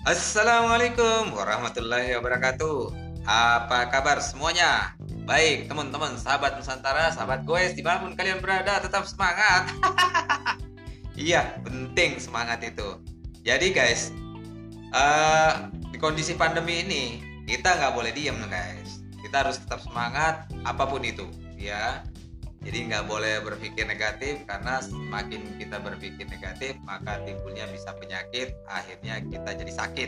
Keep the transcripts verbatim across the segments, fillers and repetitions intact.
Assalamualaikum warahmatullahi wabarakatuh. Apa kabar semuanya? Baik, teman-teman, sahabat Nusantara, sahabat goes, dimanapun kalian berada, tetap semangat. Iya, penting semangat itu. Jadi guys, eh, di kondisi pandemi ini kita nggak boleh diem guys. Kita harus tetap semangat apapun itu, ya. Jadi nggak boleh berpikir negatif karena semakin kita berpikir negatif maka timbulnya bisa penyakit, akhirnya kita jadi sakit.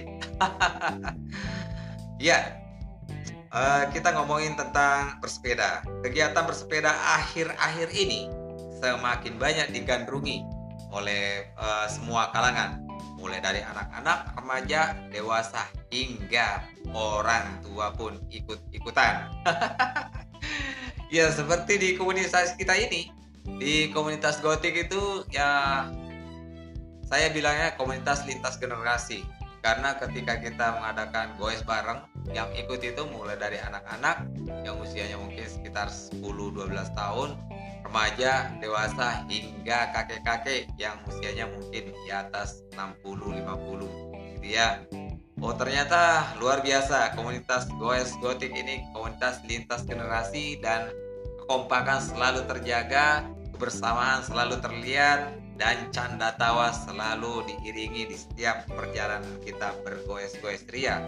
Ya, eh, kita ngomongin tentang bersepeda. Kegiatan bersepeda akhir-akhir ini semakin banyak digandrungi oleh eh, semua kalangan, mulai dari anak-anak, remaja, dewasa hingga orang tua pun ikut-ikutan. Ya, seperti di komunitas kita ini, di komunitas gotik itu ya saya bilangnya komunitas lintas generasi. Karena ketika kita mengadakan goes bareng, yang ikut itu mulai dari anak-anak yang usianya mungkin sekitar sepuluh dua belas tahun, remaja, dewasa hingga kakek-kakek yang usianya mungkin di atas enam puluh lima puluh gitu ya. Oh, ternyata luar biasa komunitas goes gotik ini, komunitas lintas generasi dan kekompakan selalu terjaga, kebersamaan selalu terlihat, dan canda tawa selalu diiringi di setiap perjalanan kita bergoes-goes ria.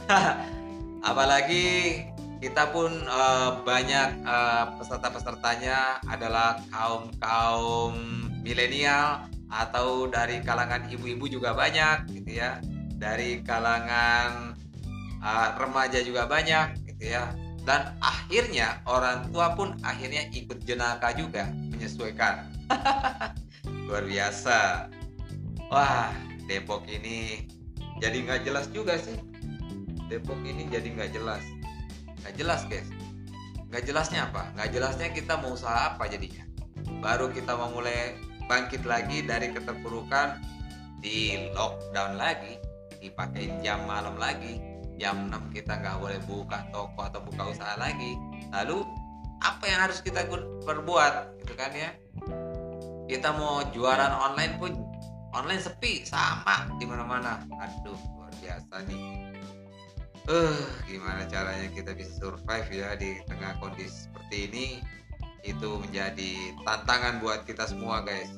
Apalagi kita pun uh, banyak uh, peserta-pesertanya adalah kaum-kaum milenial atau dari kalangan ibu-ibu juga banyak gitu ya. Dari kalangan uh, remaja juga banyak gitu ya. Dan akhirnya orang tua pun akhirnya ikut jenaka juga menyesuaikan. Luar biasa. Wah, Depok ini jadi nggak jelas juga sih. Depok ini jadi nggak jelas. Nggak jelas guys. Nggak jelasnya apa? Nggak jelasnya kita mau usaha apa jadinya. Baru kita mau mulai bangkit lagi dari keterpurukan, di lockdown lagi, dipakai jam malam lagi, jam enam kita nggak boleh buka toko atau buka usaha lagi. Lalu apa yang harus kita perbuat gitu kan ya? Kita mau jualan online pun online sepi sama di mana-mana. Aduh, luar biasa nih. Eh, uh, gimana caranya kita bisa survive ya di tengah kondisi seperti ini? Itu menjadi tantangan buat kita semua, guys.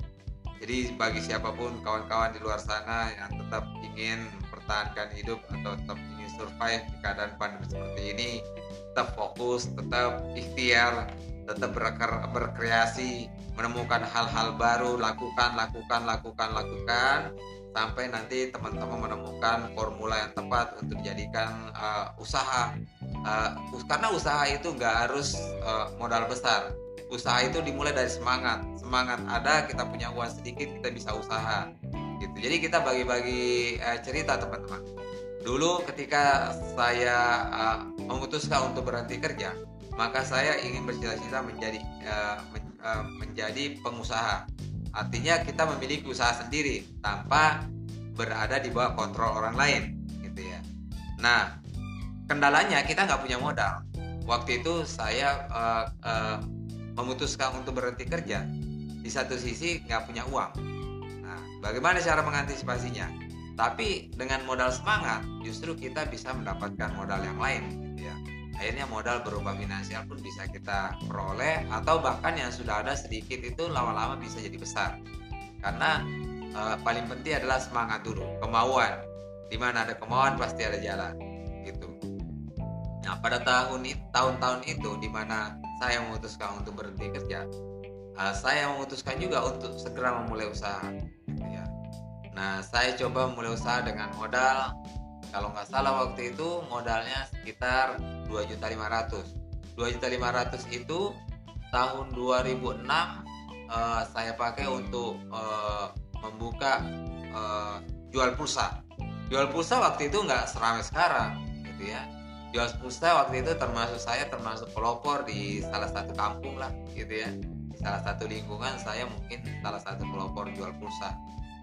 Jadi bagi siapapun kawan-kawan di luar sana yang tetap ingin mempertahankan hidup atau tetap ingin survive di keadaan pandemi seperti ini, tetap fokus, tetap ikhtiar, tetap berkreasi, menemukan hal-hal baru, lakukan, lakukan, lakukan, lakukan, sampai nanti teman-teman menemukan formula yang tepat untuk dijadikan uh, usaha. Uh, karena usaha itu nggak harus uh, modal besar. Usaha itu dimulai dari semangat. Semangat ada, kita punya uang sedikit, kita bisa usaha. Gitu. Jadi kita bagi-bagi uh, cerita teman-teman. Dulu ketika saya uh, memutuskan untuk berhenti kerja, maka saya ingin bercita-cita menjadi uh, men, uh, menjadi pengusaha. Artinya kita memiliki usaha sendiri tanpa berada di bawah kontrol orang lain, gitu ya. Nah, kendalanya kita nggak punya modal. Waktu itu saya uh, uh, memutuskan untuk berhenti kerja. Di satu sisi nggak punya uang. Nah, bagaimana cara mengantisipasinya? Tapi dengan modal semangat, justru kita bisa mendapatkan modal yang lain, gitu ya. Akhirnya modal berupa finansial pun bisa kita peroleh, atau bahkan yang sudah ada sedikit itu lama-lama bisa jadi besar. Karena uh, paling penting adalah semangat dulu, kemauan. Dimana ada kemauan pasti ada jalan, gitu. Nah, pada tahun tahun-tahun itu dimana saya memutuskan untuk berhenti kerja, uh, saya memutuskan juga untuk segera memulai usaha, gitu ya. Nah, saya coba memulai usaha dengan modal, kalau nggak salah waktu itu modalnya sekitar dua juta lima ratus ribu. dua juta lima ratus ribu itu tahun dua ribu enam uh, saya pakai untuk uh, membuka uh, jual pulsa. Jual pulsa waktu itu nggak seramai sekarang, gitu ya. Jual pulsa waktu itu termasuk saya termasuk pelopor di salah satu kampung lah, gitu ya. Di salah satu lingkungan saya mungkin salah satu pelopor jual pulsa.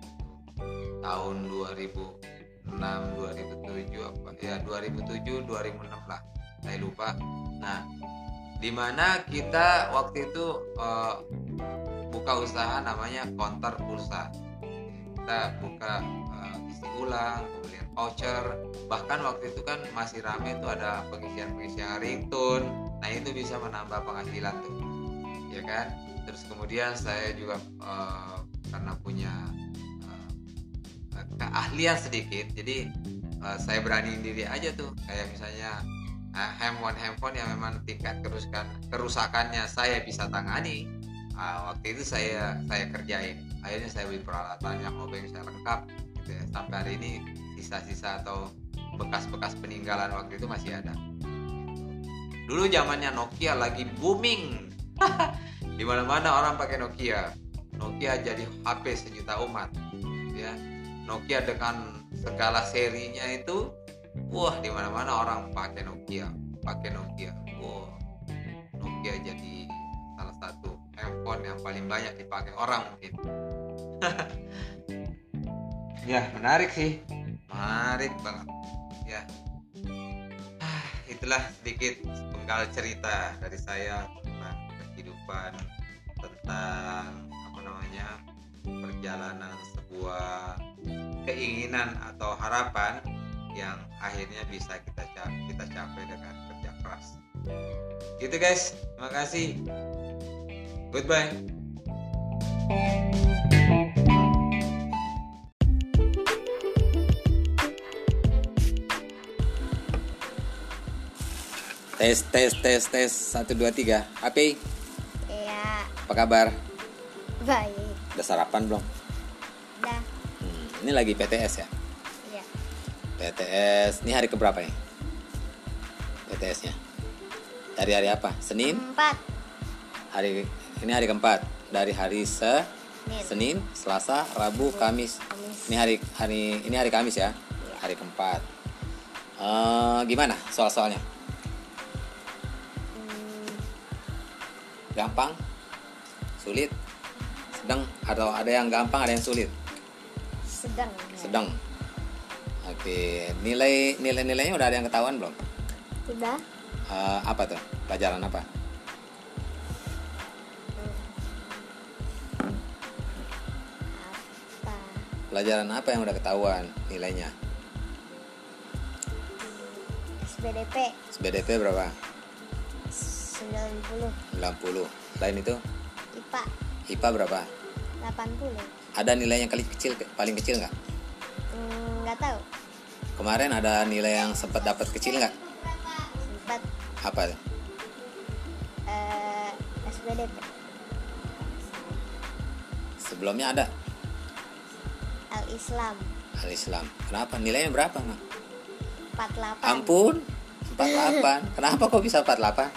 Tahun dua ribu enam, dua ribu tujuh apa ya, dua ribu tujuh, dua ribu enam lah, saya lupa. Nah, dimana kita waktu itu uh, buka usaha namanya counter pulsa. kita buka uh, isi ulang, pembelian voucher. Bahkan waktu itu kan masih rame tuh ada pengisian-pengisian ringtone. Nah itu bisa menambah penghasilan tuh, ya kan. Terus kemudian saya juga uh, karena punya uh, keahlian sedikit, jadi uh, saya beraniin diri aja tuh, kayak misalnya uh, handphone handphone yang memang tingkat kerusakan kerusakannya saya bisa tangani. Uh, waktu itu saya saya kerjain. Akhirnya saya beli peralatannya, mobil saya lengkap gitu ya. Sampai hari ini sisa-sisa atau bekas-bekas peninggalan waktu itu masih ada. Dulu zamannya Nokia lagi booming. Di mana-mana orang pakai Nokia. Nokia jadi H P sejuta umat. Ya. Nokia dengan segala serinya itu, wah di mana-mana orang pakai Nokia, pakai Nokia. Wah. Nokia jadi salah satu handphone yang paling banyak dipakai orang mungkin. Ya menarik sih, menarik banget ya. Itulah sedikit penggal cerita dari saya tentang kehidupan, tentang apa namanya perjalanan sebuah keinginan atau harapan yang akhirnya bisa kita capai, kita capai dengan kerja keras. Gitu guys, terima kasih. Goodbye. Tes tes tes tes satu dua tiga. Api. Iya. Apa kabar? Baik. Udah sarapan belum? Udah. Hmm, ini lagi P T S ya? Iya. P T S. Ini hari keberapa nih? P T S-nya. Dari hari apa? Senin? Empat. Hari ini hari keempat. Dari hari se Senin. Senin, Selasa, Rabu, Kamis. Kamis. Ini hari hari ini hari Kamis ya? Iya. Hari keempat. Uh, gimana soal-soalnya? Hmm, Gampang? Sulit? Sedang? Atau ada yang gampang, ada yang sulit? sedang. Sedang. Oke, nilai nilai-nilainya udah ada yang ketahuan belum? Sudah. Uh, apa tuh? Pelajaran apa? Apa? Pelajaran apa yang udah ketahuan nilainya? S B D P S B D P berapa? sembilan puluh. sembilan puluh. Selain itu, I P A I P A berapa? delapan puluh. Ada nilai yang kali kecil, paling kecil nggak? Hmm, nggak tahu. Kemarin ada nilai yang sempat dapat kecil nggak? Sempat Apa tuh? eh, S B D P Sebelumnya ada Al Islam Al-Islam. Kenapa? Nilainya berapa, Mak? empat puluh delapan. Ampun, empat puluh delapan. Kenapa kok bisa empat puluh delapan?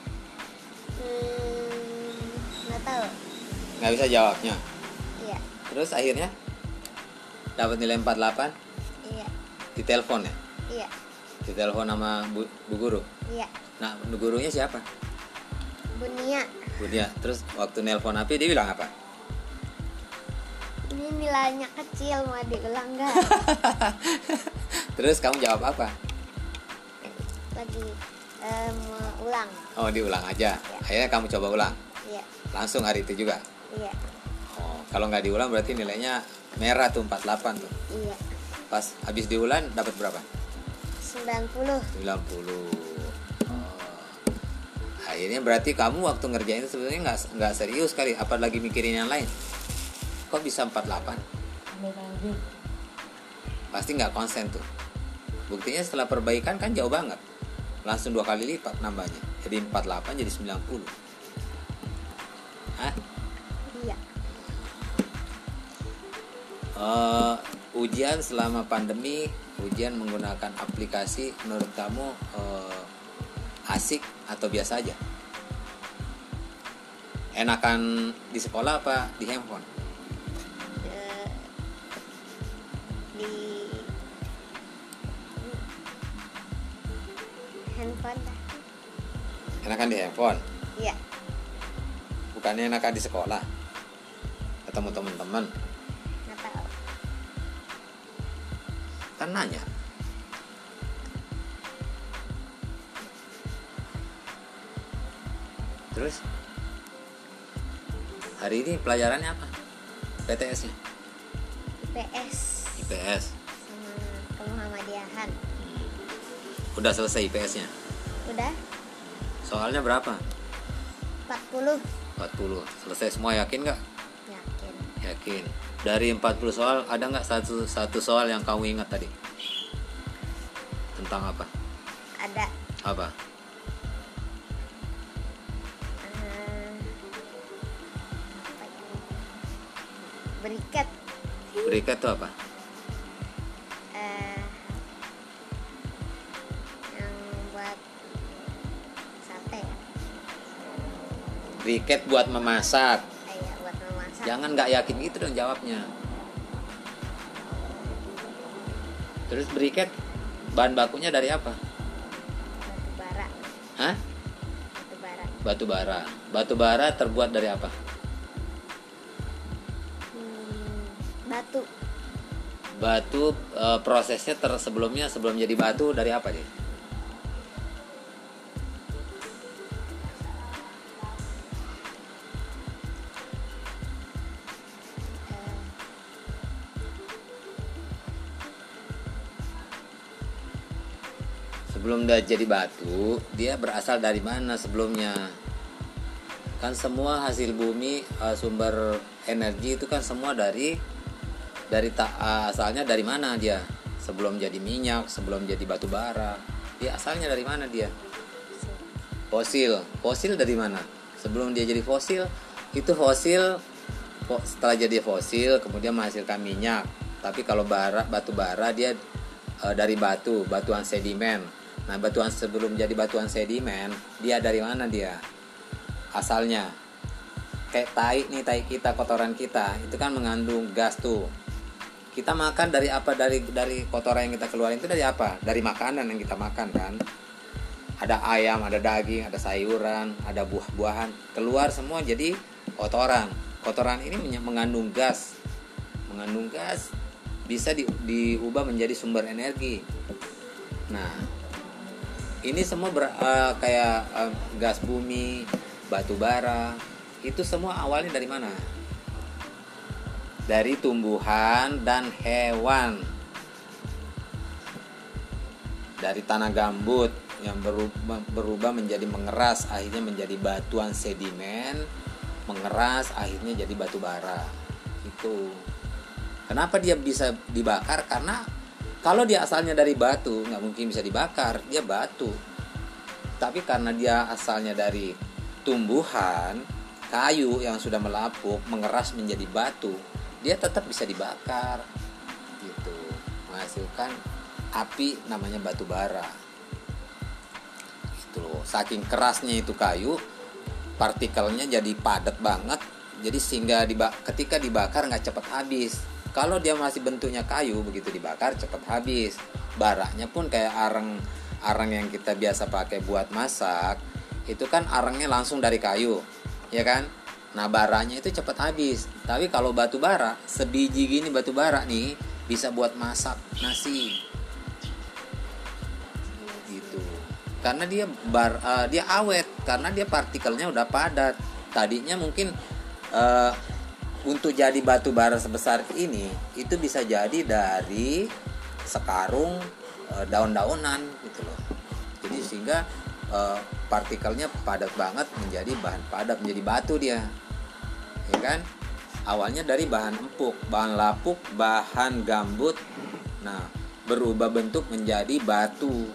Hmm, nggak tahu. Nggak bisa jawabnya. Iya. Terus akhirnya dapat nilai empat puluh delapan, Iya. ditelepon ya? Iya. Ditelepon sama bu, bu guru. Iya. Nah, bu gurunya siapa? Bunia. Bu dia. Terus waktu nelpon Api dia bilang apa? Ini nilainya kecil, mau diulang nggak? Terus kamu jawab apa? Lagi eh, mau ulang. Oh, diulang aja. Akhirnya kamu coba ulang. Iya. Langsung hari itu juga. Iya. Oh, kalau nggak diulang berarti nilainya merah tuh empat puluh delapan tuh. Iya. Pas habis diulang dapat berapa? sembilan puluh. sembilan puluh. Oh. Akhirnya berarti kamu waktu ngerjain itu sebenarnya nggak nggak serius kali, apalagi mikirin yang lain. Kok bisa empat puluh delapan? Pasti nggak konsen tuh. Buktinya setelah perbaikan kan jauh banget. Langsung dua kali lipat nambahnya. Jadi empat puluh delapan jadi sembilan puluh. Hah? Iya. Uh, ujian selama pandemi, ujian menggunakan aplikasi, menurut kamu uh, asik atau biasa aja? Enakan di sekolah apa di handphone? Eh, di handphone dah. Enakan di handphone? Iya. Bukannya enakan di sekolah? Ketemu teman-teman? Nggak tahu. Kan nanya. Terus hari ini pelajarannya apa? P T S-nya? I P S I P S. sama kemuhammadiyahan. Udah selesai I P S-nya? Udah Soalnya berapa? empat puluh. empat puluh. Selesai semua, yakin nggak? Yakin. Yakin. Dari empat puluh soal ada nggak satu satu soal yang kamu ingat tadi? Tentang apa? Ada Apa? eh, apa ya? Beriket. Beriket itu apa? eh, yang buat sate ya. Beriket buat memasak. Eh, ya, buat memasak. Jangan nggak yakin gitu dong jawabnya. Terus beriket bahan bakunya dari apa? Batu bara. Hah? Batu bara. Batu bara. Batu bara terbuat dari apa? Hmm, batu. Batu e, prosesnya ter sebelumnya sebelum jadi batu dari apa dia? eh, Sebelum dia jadi batu, dia berasal dari mana sebelumnya? Kan semua hasil bumi, uh, sumber energi itu kan semua dari dari ta- uh, asalnya dari mana dia? Sebelum jadi minyak, sebelum jadi batu bara, dia asalnya dari mana dia? Fosil. Fosil dari mana? Sebelum dia jadi fosil, itu fosil fo- setelah jadi fosil kemudian menghasilkan minyak. Tapi kalau bara, batu bara dia uh, dari batu, batuan sedimen. Nah, batuan sebelum jadi batuan sedimen, dia dari mana dia? Asalnya. Kayak tai nih, tai kita, kotoran kita, itu kan mengandung gas tuh. Kita makan dari apa? Dari dari kotoran yang kita keluarin itu dari apa? Dari makanan yang kita makan kan. Ada ayam, ada daging, ada sayuran, ada buah-buahan, keluar semua jadi kotoran. Kotoran ini mengandung gas. Mengandung gas bisa di, diubah menjadi sumber energi. Nah, ini semua ber, uh, kayak uh, gas bumi, batu bara, itu semua awalnya dari mana? Dari tumbuhan dan hewan. Dari tanah gambut yang berubah, berubah menjadi mengeras, akhirnya menjadi batuan sedimen, mengeras, akhirnya jadi batu bara. Itu. Kenapa dia bisa dibakar? Karena kalau dia asalnya dari batu, nggak mungkin bisa dibakar, dia batu. Tapi karena dia asalnya dari tumbuhan, kayu yang sudah melapuk, mengeras menjadi batu, dia tetap bisa dibakar. Gitu. Menghasilkan api namanya batu bara. Gitu loh. Saking kerasnya itu kayu, partikelnya jadi padat banget. Jadi sehingga diba- ketika dibakar nggak cepat habis. Kalau dia masih bentuknya kayu, begitu dibakar cepat habis. Baranya pun kayak arang arang yang kita biasa pakai buat masak, itu kan arangnya langsung dari kayu, ya kan? Nah, baranya itu cepat habis. Tapi kalau batu bara, sebiji gini batu bara nih bisa buat masak nasi. Gitu. Karena dia bar uh, dia awet, karena dia partikelnya udah padat. Tadinya mungkin uh, untuk jadi batu bara sebesar ini itu bisa jadi dari sekarung e, daun-daunan gitu loh. Jadi sehingga e, partikelnya padat banget menjadi bahan padat, menjadi batu dia. Ya kan? Awalnya dari bahan empuk, bahan lapuk, bahan gambut. Nah, berubah bentuk menjadi batu.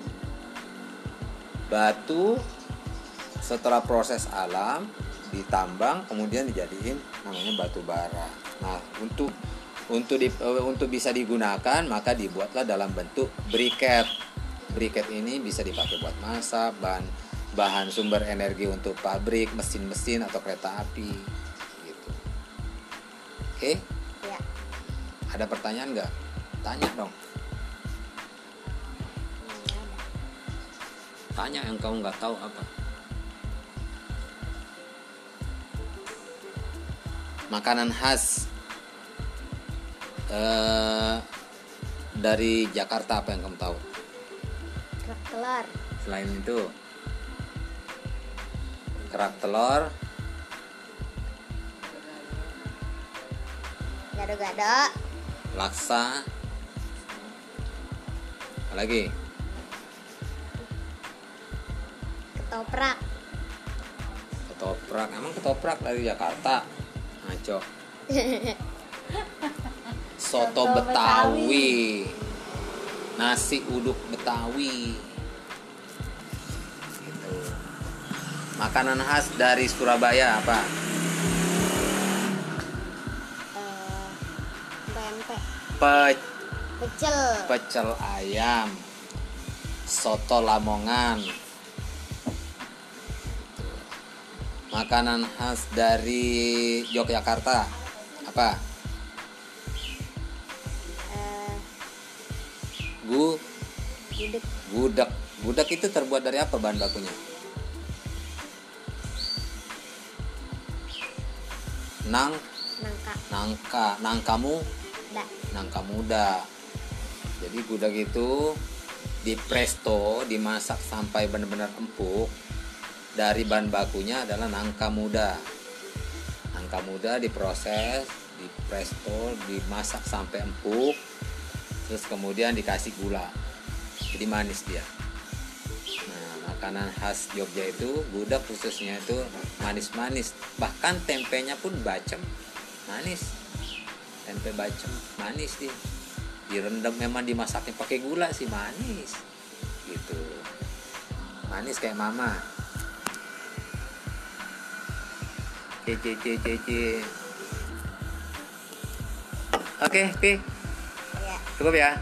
Batu setelah proses alam ditambang kemudian dijadiin namanya batu bara. Nah, untuk untuk di, untuk bisa digunakan maka dibuatlah dalam bentuk briket. Briket ini bisa dipakai buat masak, bahan bahan sumber energi untuk pabrik, mesin-mesin atau kereta api gitu. Oke? Ya. Ada pertanyaan nggak? Tanya dong. Nggak ada. Tanya yang kamu nggak tahu apa. Makanan khas eh, dari Jakarta apa yang kamu tahu? Kerak telur. Selain itu, kerak telur, Gado-gado. laksa. Apa lagi? Ketoprak. Ketoprak. Emang ketoprak dari Jakarta? Ngaco. Soto Soto Betawi. Nasi uduk Betawi. Gitu. Makanan khas dari Surabaya apa? Eh, Pempek. Pe- Pecel. pecel ayam. Soto Lamongan. Makanan khas dari Yogyakarta apa? Eh, Gu Gudeg. gudeg. Gudeg itu terbuat dari apa bahan bakunya? Nang Nangka. nangka, nangkamu, Dak. nangka muda. Jadi gudeg itu di presto, dimasak sampai benar-benar empuk. Dari bahan bakunya adalah nangka muda. Nangka muda diproses, di presto, dimasak sampai empuk. Terus kemudian dikasih gula. Jadi manis dia. Nah, makanan khas Jogja itu gudeg khususnya itu manis-manis. Bahkan tempenya pun bacem, manis. Tempe bacem, manis dia. Direndam, memang dimasaknya pakai gula sih, manis. Gitu. Manis kayak mama. Cece cece cece. Oke, Pi. Ya. Cukup ya.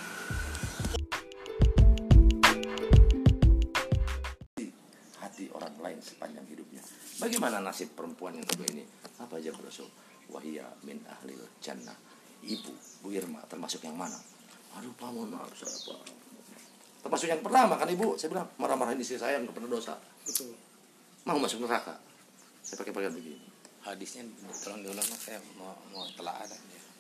Hati orang lain sepanjang hidupnya. Bagaimana nasib perempuan yang kedua ini? Apa aja Rasul? Wahia min ahlil jannah. Ibu, Bu Irma termasuk yang mana? Aduh, Pak, mohon maaf saya, Pak. Termasuk yang pertama kan Ibu, saya bilang marah-marahin istri saya nggak pernah dosa. Betul. Mau masuk neraka. Saya pakai pakaian begini. Hadisnya tolong diulang, saya mau mau telah ada.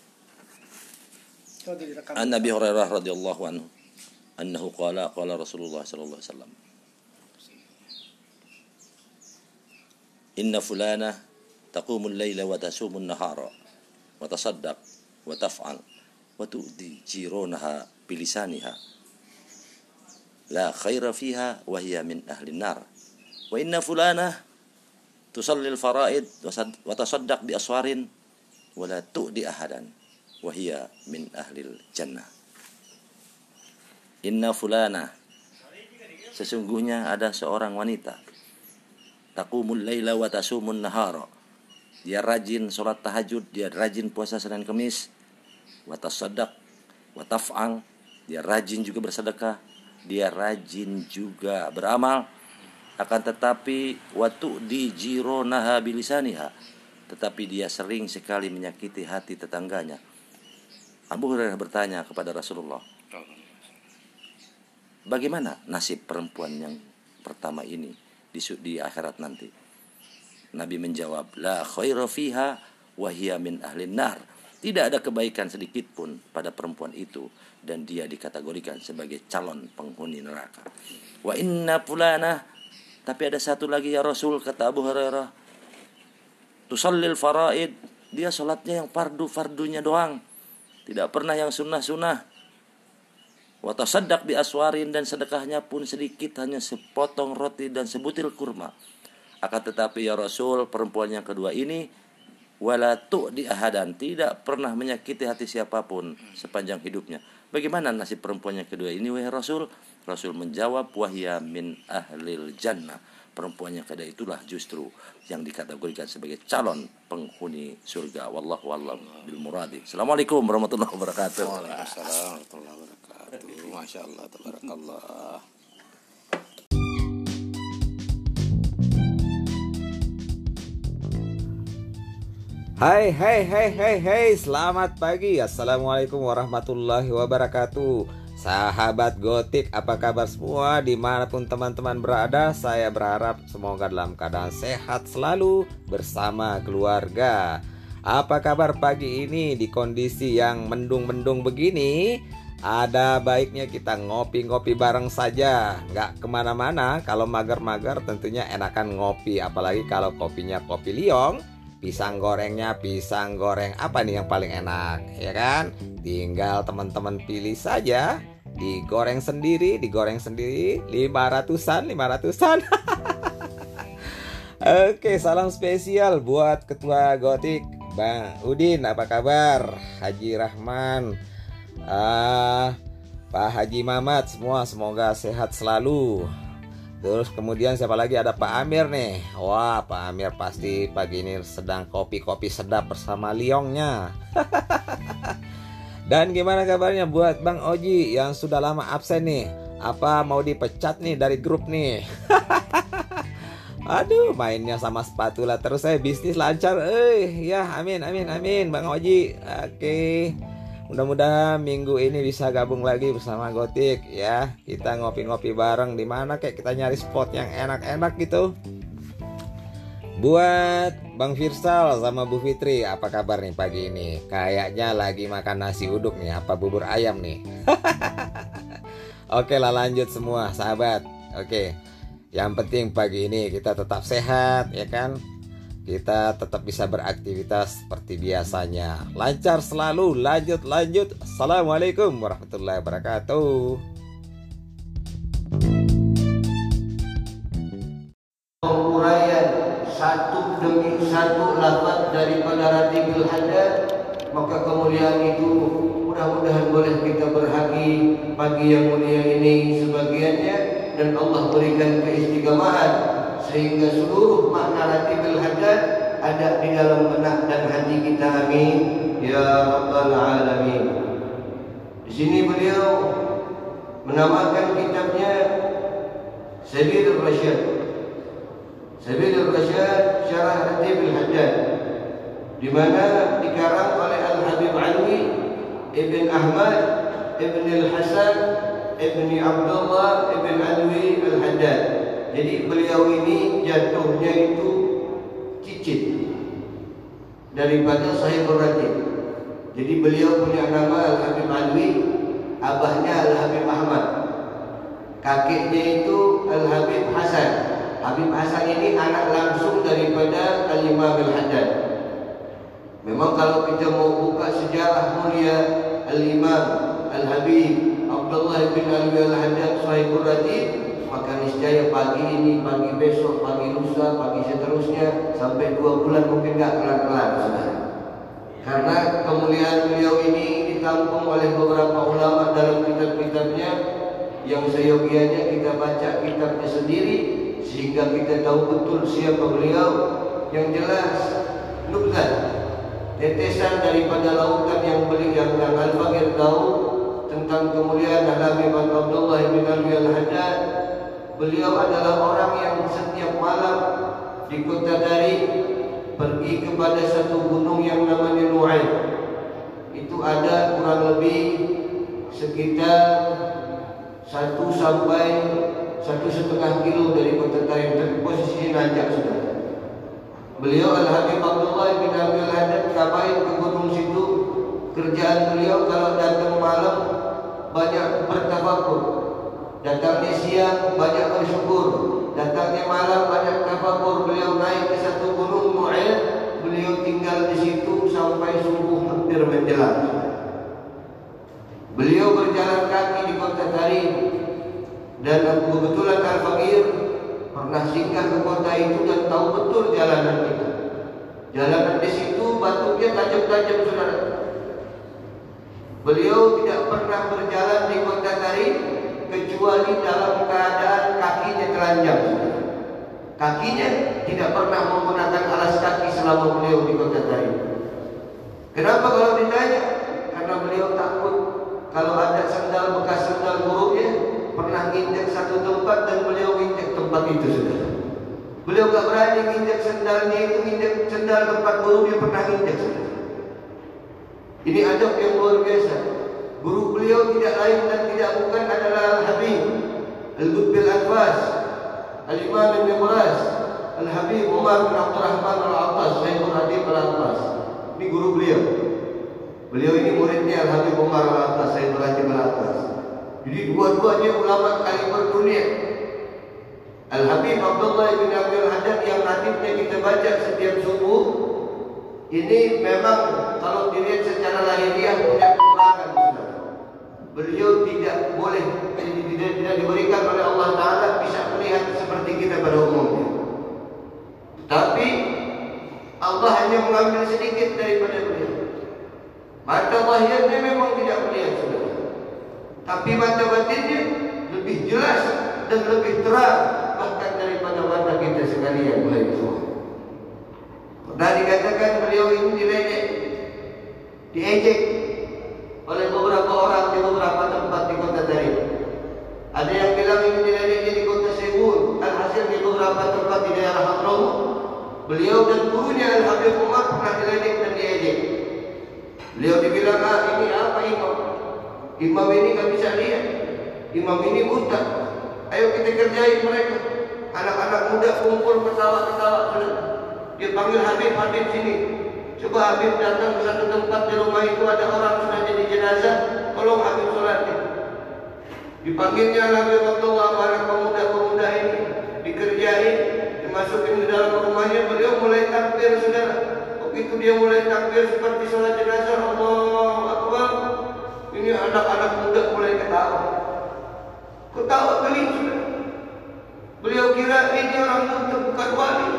An Nabi Hurairah radhiyallahu anhu annahu qala qala Rasulullah sallallahu alaihi wasallam Inna fulana taqumul laila wa tasumul nahara wa tasaddaq wa taf'al wa tu'di jironaha bilisaniha la khaira fiha wa hiya min ahli nar wa inna fulana tusalli al-fara'id wa tasaddaq bi aswarin wa la tu'di ahadan wa hiya min ahlil jannah. Inna fulana, sesungguhnya ada seorang wanita, taqumul laila wa tasumun nahara, dia rajin sholat tahajud, dia rajin puasa Senin Kemis, wa tasaddaq wa taf'al, dia rajin juga bersedekah, dia rajin juga beramal, akan tetapi wa tu'di jironaha bilisaniha, tetapi dia sering sekali menyakiti hati tetangganya. Abu Hurairah bertanya kepada Rasulullah, bagaimana nasib perempuan yang pertama ini di, di akhirat nanti? Nabi menjawab, la khaira fiha wa hiya min ahlin nar. Tidak ada kebaikan sedikit pun pada perempuan itu dan dia dikategorikan sebagai calon penghuni neraka. Wa inna fulana, tapi ada satu lagi ya Rasul, kata Abu Hurairah, tusallil faraid, dia salatnya yang fardu-fardunya doang, tidak pernah yang sunnah-sunnah. Wa tasaddaq bi aswarin, dan sedekahnya pun sedikit, hanya sepotong roti dan sebutir kurma. Akan tetapi ya Rasul, perempuan yang kedua ini wala tu'di ahadan, tidak pernah menyakiti hati siapapun sepanjang hidupnya. Bagaimana nasib perempuan yang kedua ini wahai Rasul? Rasul menjawab, wahya min ahlil jannah. Perempuan yang kedua itulah justru yang dikategorikan sebagai calon penghuni surga. Wallahu a'lam bil muradi. Assalamualaikum warahmatullahi wabarakatuh. Waalaikumsalam warahmatullahi wabarakatuh. Masya Allah, tabarakallah. Hai hai hai hai hai, selamat pagi. Assalamualaikum warahmatullahi wabarakatuh. Sahabat Gotik, apa kabar semua dimanapun teman-teman berada? Saya berharap semoga dalam keadaan sehat selalu bersama keluarga. Apa kabar pagi ini di kondisi yang mendung-mendung begini? Ada baiknya kita ngopi-ngopi bareng saja, nggak kemana-mana. Kalau mager-mager tentunya enakan ngopi, apalagi kalau kopinya kopi liong Pisang gorengnya pisang goreng apa nih yang paling enak, ya kan? Tinggal teman-teman pilih saja, digoreng sendiri, digoreng sendiri, lima ratusan, lima ratusan. Oke, salam spesial buat Ketua Gotik Bang Udin, apa kabar? Haji Rahman, ah, Pak Haji Mamat, semua semoga sehat selalu. Terus kemudian siapa lagi? Ada Pak Amir nih. Wah, Pak Amir pasti pagi ini sedang kopi-kopi sedap bersama liongnya. Dan gimana kabarnya buat Bang Oji yang sudah lama absen nih? Apa mau dipecat nih dari grup nih? Aduh, mainnya sama spatula terus, saya bisnis lancar. Eh, ya amin amin amin Bang Oji. Oke. Mudah-mudahan minggu ini bisa gabung lagi bersama Gotik ya. Kita ngopi-ngopi bareng di mana kayak kita nyari spot yang enak-enak gitu. Buat Bang Firsal sama Bu Fitri, apa kabar nih pagi ini? Kayaknya lagi makan nasi uduk nih, apa bubur ayam nih? Oke lah, lanjut semua sahabat. Oke. Yang penting pagi ini kita tetap sehat ya kan? Kita tetap bisa beraktivitas seperti biasanya. Lancar selalu, lanjut lanjut. Assalamualaikum warahmatullahi wabarakatuh. Penguraian satu demi satu lafaz daripada Ratibul Hadad, maka kemuliaan itu mudah-mudahan boleh kita berhaki pagi yang mulia ini sebagiannya, dan Allah berikan keistiqamahan sehingga seluruh makna Ratibul Hadad ada di dalam benak dan hati kita. Amin ya rabbal alamin. Di sini beliau menamakan kitabnya Sabilur Rasyad. Sabilur Rasyad Syarah Ratibul Hadad, di mana dikarang oleh Al-Habib Alwi Ibn Ahmad Ibn Al-Hasan Ibn Abdullah Ibn Alwi Al-Haddad. Jadi beliau ini jatuhnya itu cicit daripada Sahibur Ratib. Jadi beliau punya nama Al-Habib Alwi, abahnya Al-Habib Ahmad, kakeknya itu Al-Habib Hasan. Habib Hasan ini anak langsung daripada Al-Imam Al-Haddad. Memang kalau kita mau buka sejarah mulia Al-Imam Al-Habib Abdullah bin Alwi Al-Haddad Sahibur Ratib, maka niscaya pagi ini, pagi besok, pagi lusa, pagi seterusnya sampai dua bulan mungkin nggak kelar-kelar, saudara. Karena kemuliaan beliau ini ditampung oleh beberapa ulama dalam kitab-kitabnya, yang seyogianya kita baca kitabnya sendiri sehingga kita tahu betul siapa beliau. Yang jelas nubzat, tetesan daripada lautan yang beliau yang Al-Fakir tahu tentang kemuliaan Al-Habib Abdullah bin Alwi Al-Haddad. Beliau adalah orang yang setiap malam di kota Dari pergi kepada satu gunung yang namanya Nu'aim. Itu ada kurang lebih sekitar satu sampai satu setengah kilo dari kota Dari, tapi posisinya nanjak sudah. Beliau Al-Habib Abdullah bin Alwi Al-Haddad ngapain ke gunung situ? Kerjaan beliau kalau datang malam banyak bertafakur. Datangnya siang banyak bersyukur, datangnya malam banyak tafakur. Beliau naik ke satu gunung Nu'aim, beliau tinggal di situ sampai subuh hampir menjelang. Beliau berjalan kaki di kota Tarim, dan kebetulan Al-Fakir pernah singgah ke kota itu dan tahu betul jalanan itu. Jalanan di situ batunya tajam-tajam, saudara. Beliau tidak pernah berjalan di kota Tarim kecuali dalam keadaan kakinya telanjang. Kakinya tidak pernah menggunakan alas kaki selama beliau di kota Tarim. Kenapa kalau ditanya? Karena beliau takut kalau ada sendal bekas sendal buruknya pernah nginjak satu tempat dan beliau nginjak tempat itu, sudah. Beliau gak berani nginjak sendalnya itu, nginjak sendal tempat buruknya pernah nginjak, sudah. Ini adab yang luar biasa. Guru beliau tidak lain dan tidak bukan adalah Al-Habib Al-Lutbil Al-Fas Al-Imam Ibn Muras Al-Habib Umar bin Abdurrahman Al-Attas Sahibur Ratib Al-Attas. Ini guru beliau. Beliau ini muridnya Al-Habib Umar Al-Attas Sahibur Ratib Al-Attas. Jadi dua-duanya ulama kaliber dunia. Al-Habib Abdullah bin Alwi Al-Haddad yang ratibnya kita baca setiap subuh, ini memang kalau dilihat secara lahiriah punya kekurangan, saudara. Beliau tidak boleh, tidak, tidak diberikan oleh Allah Ta'ala bisa melihat seperti kita pada umumnya. Tapi Allah hanya mengambil sedikit daripada beliau. Mata lahirnya memang tidak melihat, saudara. Tapi mata batinnya lebih jelas dan lebih terang bahkan daripada mata kita sekalian, mulai semua. Pernah dikatakan beliau ini diledek, diejek oleh beberapa orang di beberapa tempat di kota Tarim. Ada yang bilang ini diledeknya di kota Sebul. Alhasil di beberapa tempat di daerah Hadramaut, beliau dan gurunya Al-Habib Umar pernah diledek dan diejek. Beliau dibilang, ah ini apa imam? Imam ini gak bisa lihat. Imam ini buta. Ayo kita kerjain mereka. Anak-anak muda kumpul ketawa-ketawa. Dia panggil Habib, Habib sini. Coba Habib datang ke satu tempat di rumah itu ada orang sudah jadi jenazah. Tolong Habib sholatin. Dipanggilnya Habib Abdullah, para pemuda-pemuda ini dikerjain, dimasukin ke dalam rumahnya. Beliau mulai takbir, saudara. Begitu dia mulai takbir seperti sholat jenazah, Allahu Akbar. Ini anak-anak muda mulai ketawa. Ketawa kali, saudara. Beliau kira ini orang buta, bukan wali.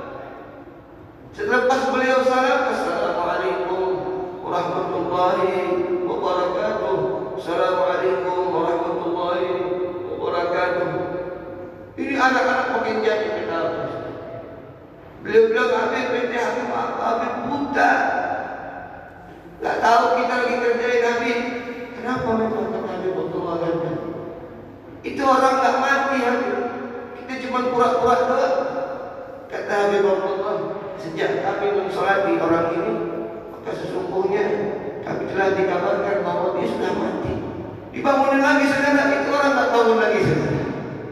Selepas beliau salam, Assalamualaikum warahmatullahi wabarakatuh. Assalamualaikum warahmatullahi wabarakatuh. Ini anak-anak makin jadi ketawa. Beliau bilang, Habib, ini Habib apa? Habib buta. Tak tahu kita lagi kerjain Habib. Kenapa memang kata Habib Abdullah Ghani? Itu orang tak mati, Habib. Kita cuma pura-pura doang. Kata Habib Abdullah, sejak kami mensolati orang ini, maka sesungguhnya kami telah dikabarkan bahwa dia sudah mati. Dibangunin lagi, saudara. Itu orang tak bangun lagi, saudara.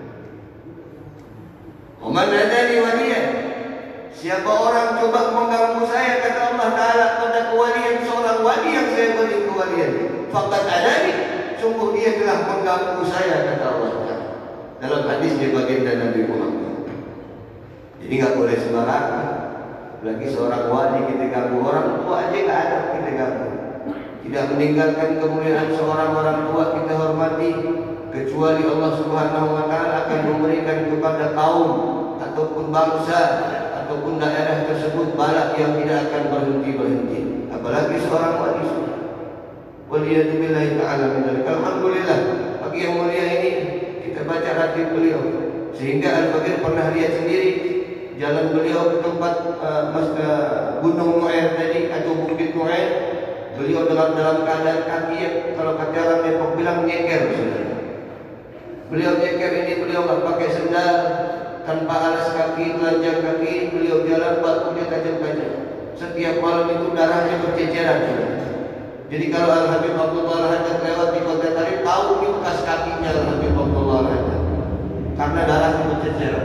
Oman adani waliyan. Siapa orang coba mengganggu saya, kata Allah Ta'ala, pada kewalian seorang wali yang saya beri kewalian, faqad adani, sungguh dia telah mengganggu saya, kata Allah Ta'ala. Dalam hadis di baginda Nabi Muhammad. Jadi nggak boleh sembarangan. Lagi seorang wali kita ganggu, orang tua aja nggak ada kita ganggu. Tidak meninggalkan kemuliaan seorang orang tua kita hormati, kecuali Allah Subhanahu Wa Ta'ala akan memberikan kepada kaum ataupun bangsa ataupun daerah tersebut balak yang tidak akan berhenti-berhenti. Apalagi seorang wali. Waliyatubillahi ta'ala min. Alhamdulillah, pagi yang mulia ini kita baca ratib beliau, sehingga Al-Fakir pernah lihat sendiri jalan beliau ke tempat uh, mas, uh, Gunung Nu'air tadi atau Bukit Nu'air. Beliau dalam dalam keadaan kaki yang kalau kata orang Depok bilang nyeker, saudara. Beliau nyeker ini, beliau tak pakai sendal, tanpa alas kaki, telanjang kaki, beliau jalan batunya tajam-tajam. Setiap malam itu darahnya berceceran. Jadi kalau Al-Habib Abdullah Al-Haddad lewat di kota Tarim, tahu ini bekas kakinya Al-Habib Abdullah Al-Haddad, karena darahnya berceceran.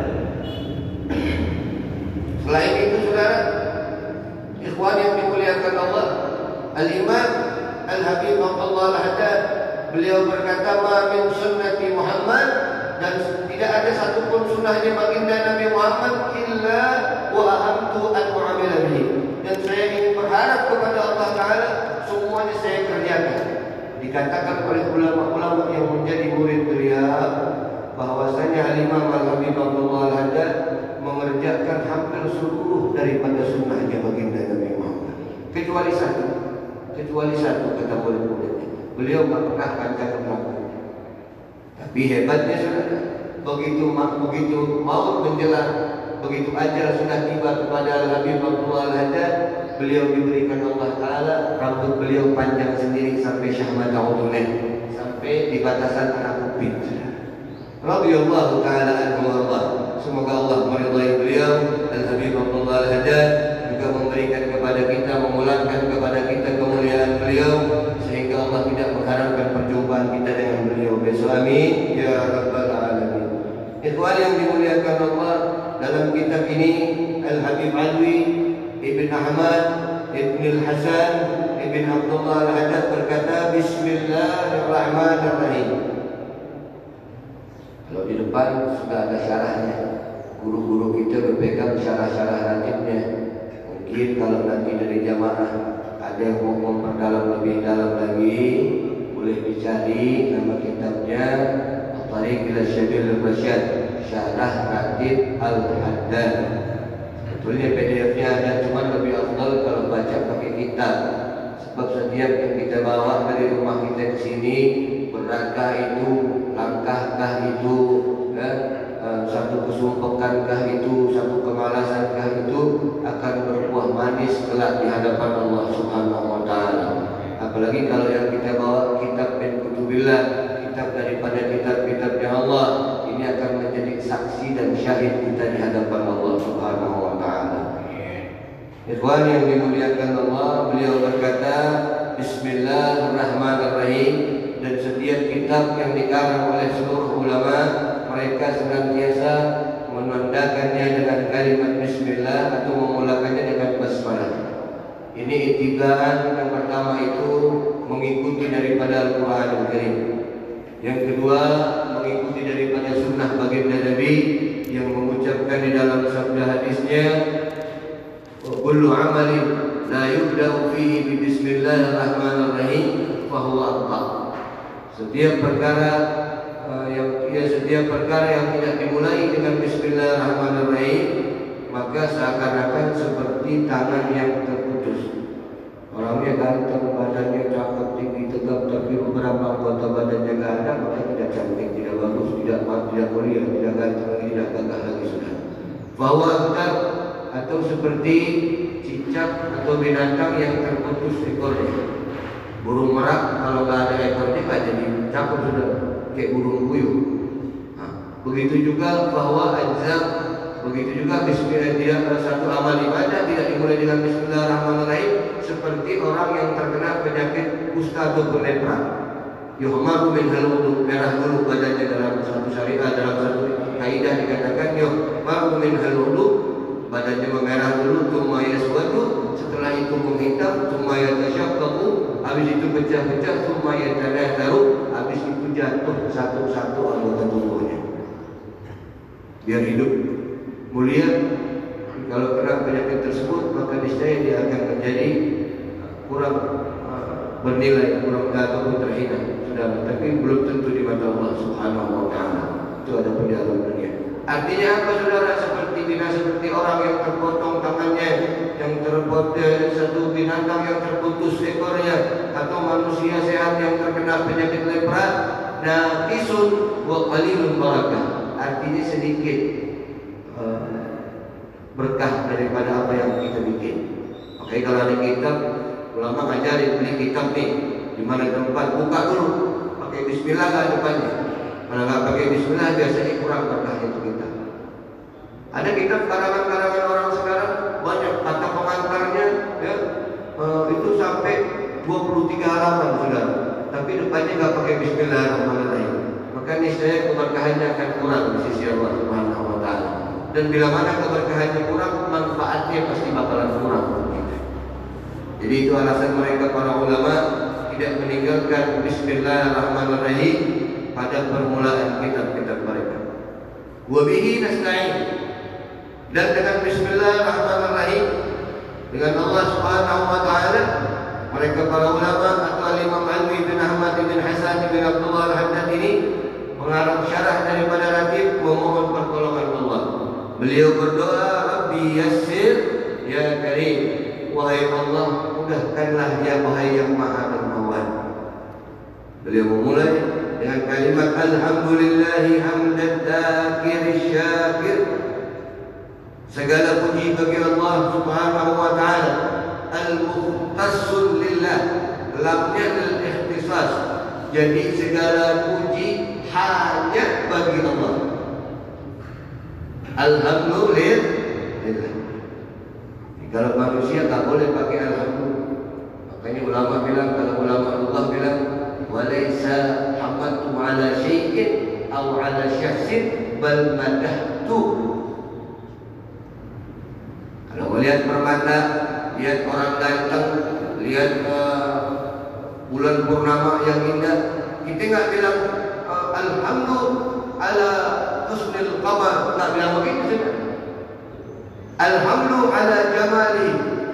Selain itu, saudara, ikhwan yang dimuliakan Allah, Al-Imam Al-Habib Abdullah Al-Haddad, beliau berkata, ma min sunnati Muhammad, dan tidak ada satupun sunnahnya baginda Nabi Muhammad illa wa ahamtu an mu'amila bihi. Dan saya ingin berharap kepada Allah Ta'ala semuanya saya kerjakan. Dikatakan oleh ulama-ulama yang menjadi murid beliau bahwasanya Al-Imam Al-Habib Abdullah Al-Haddad mengerjakan hampir seluruh daripada sunnahnya baginda Nabi Muhammad, kecuali satu, kecuali satu kata murid-muridnya, beliau tak pernah baca neraka. Tapi hebatnya, saudara, begitu begitu maut menjelang, begitu ajal sudah tiba kepada Al-Habib Abdullah Al-Haddad, beliau diberikan Allah Ta'ala rambut beliau panjang sendiri sampai syahmata udunen, sampai di batasan anak kuping. Radhiyallahu ta'ala anhu wa Allah. Semoga Allah meridai beliau. Al-Habib Abdullah Al-Haddad juga memberikan kepada kita, memulangkan kepada kita kemuliaan beliau, sehingga Allah tidak mengharapkan perjumpaan kita dengan beliau besok. Amin ya rabbal alamin. Ikhwan yang dimuliakan Allah, dalam kitab ini Al-Habib Alwi Ibn Ahmad Ibn Al-Hasan Ibn Abdullah Al-Haddad berkata, Bismillahirrahmanirrahim. Kalau di depan sudah ada syarahnya, guru-guru kita berpegang syarah-syarah ratibnya. Mungkin masjid kalau nanti dari jamaah ada yang mau memperdalam lebih dalam lagi, boleh dicari nama kitabnya At-Tariq ila Syabil Rasyad, Syarah Ratib Al-Haddad. Sebetulnya P D F-nya ada, cuma lebih afdal kalau baca pakai kitab. Sebab setiap yang kita bawa dari rumah kita ke sini, beratkah itu, langkahkah itu, ya, satu kesumpekankah itu, satu kemalasankah itu akan berbuah manis kelak di hadapan Allah Subhanahu wa taala. Apalagi kalau yang kita bawa kitab min kutubillah, kitab daripada kitab-kitabnya Allah, ini akan menjadi saksi dan syahid kita di hadapan Allah Subhanahu wa taala. Ikhwan yang dimuliakan Allah, beliau berkata Bismillahirrahmanirrahim, dan setiap kitab yang dikarang oleh seluruh ulama, mereka senantiasa menandakannya dengan kalimat Bismillah atau memulakannya dengan basmalah. Ini itibaan. Yang pertama itu mengikuti daripada Al-Quran Al-Karim. Yang kedua mengikuti daripada sunnah baginda Nabi yang mengucapkan di dalam sabda hadisnya, kullu amalin la yubda'u fihi bi bismillahirrahmanirrahim fahuwa akhtah. Setiap perkara uh, yang ya, setiap perkara yang tidak dimulai dengan bismillahirrahmanirrahim, maka seakan-akan seperti tangan yang terputus. Orangnya ganteng, badannya cakep, tinggi, tegap, tapi beberapa anggota badannya nggak ada, maka tidak cantik, tidak bagus, tidak tidak mulia, tidak ganteng lagi, tidak gagah lagi sudah. Bahwa kita atau seperti cicak atau binatang yang terputus ekornya. Burung merak kalau nggak ada ekornya nggak jadi cakep sudah, kayak burung puyuh. Nah, begitu juga bahwa azam, begitu juga Bismillah, tidak satu amal ibadah tidak dimulai dengan Bismillahirrahmanirrahim, seperti orang yang terkena penyakit kusta atau lepra. Yuhmaru min halwudu, merah dulu badannya dalam satu syariat, dalam satu kaidah dikatakan yuhmaru min halwudu, badannya memerah dulu, tsumma yaswadu, setelah itu menghitam, tsumma yatashaqqaqu, habis itu pecah-pecah, tsumma yatanatharu, habis itu jatuh satu-satu anggota tubuhnya. Biar hidup mulia. Kalau kena penyakit tersebut, maka niscaya dia akan menjadi kurang uh, bernilai, kurang ataupun terhina, sudah. Tapi belum tentu di mata Allah Subhanahu wa taala. Itu ada di dalam dunia. Artinya apa, saudara? Seperti bina seperti orang yang terpotong tangannya, yang terpotong satu binatang yang terputus ekornya, atau manusia sehat yang terkena penyakit lepra. Nah, kisun wa qalilun barakah. Artinya sedikit uh, berkah daripada apa yang kita bikin. Oke, kalau ada kitab, ulama ngajarin beli kitab nih, di mana tempat buka dulu, pakai Bismillah nggak depannya. Kalau nggak pakai Bismillah biasanya kurang berkah itu kita. Ada kitab karangan-karangan orang sekarang banyak, kata pengantarnya ya, uh, itu sampai dua puluh tiga halaman sudah, tapi depannya nggak pakai Bismillahirrahmanirrahim. Maka niscaya keberkahannya akan kurang di sisi Allah Subhanahu wa taala. Dan bila mana keberkahannya kurang, manfaatnya pasti bakalan kurang. Jadi itu alasan mereka para ulama tidak meninggalkan Bismillahirrahmanirrahim pada permulaan kitab-kitab mereka. Wa bihi nasta'in, dan dengan Bismillahirrahmanirrahim, dengan Allah Subhanahu wa taala, mereka para ulama atau Imam Alwi bin Ahmad bin Hasan bin Abdullah Al-Haddad ini mengarang syarah daripada Ratib, memohon pertolongan Allah. Beliau berdoa, Rabbi yassir ya karim, wahai Allah mudahkanlah ya wahai yang maha dermawan. Beliau memulai dengan kalimat alhamdulillahi hamdan dzakir syakir. Segala puji bagi Allah Subhanahu wa taala, al-mukhtassun lillah, lamnya al-ikhtisas. Jadi segala puji hanya bagi Allah. Alhamdulillah. Kalau manusia tak boleh pakai alhamdulillah. Makanya ulama bilang, kalau ulama Allah bilang, walaysa hamatu ala syai'in aw ala syakhsin bal madahtu. Kalau melihat permata, lihat orang ganteng, lihat uh, bulan purnama yang indah, kita nggak bilang uh, alhamdulillah ala husnil qamar, tak bilang begitu. Alhamdulillah ala jamali,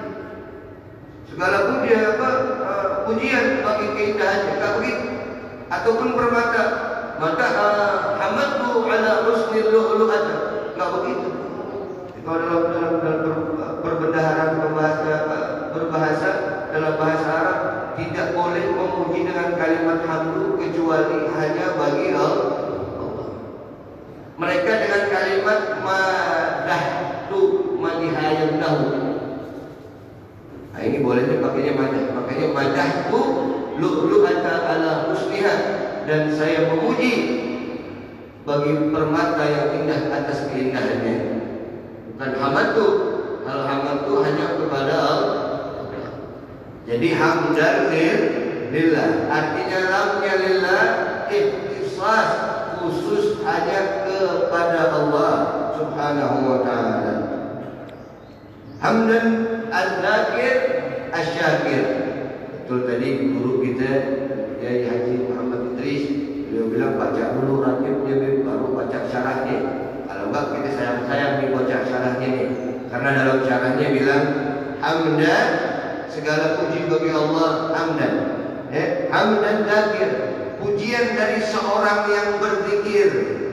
segala puji apa uh, pujian bagi keindahannya, tak begitu? Ataupun permata, maka uh, hamadtu ala husnil lu'lu'ata, tak begitu. Kalau dalam dalam, dalam per, perbendaharaan berbahasa berbahasa dalam bahasa Arab tidak boleh memuji dengan kalimat hamdu kecuali hanya bagi Allah. Mereka dengan kalimat madahtu madihayamnahu. Nah, ini bolehnya pakainya madah. Makanya madahtu lu'lu'ata ala husniha, dan saya memuji bagi permata yang indah atas keindahannya. Bukan hamatu. Kalau hamatu hanya kepada Allah. Jadi hamdan lillah, artinya lamnya lillah, ikhtisas, khusus hanya kepada Allah Subhanahu wa ta'ala. Hamdan al-zakir asyakir. Betul tadi guru kita Kiai Haji Muhammad Idris, beliau bilang baca dulu rakibnya baru baca syarahnya. Kalau enggak kita sayang-sayang nih baca syarahnya nih. Karena dalam syarahnya bilang hamdan, segala puji bagi Allah, hamdan. Eh, hamdan dzakir, pujian dari seorang yang berzikir.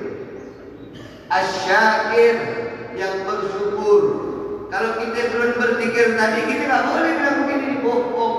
Asyakir, yang bersyukur. Kalau kita belum berzikir tadi, kita enggak boleh bilang begini, bohong.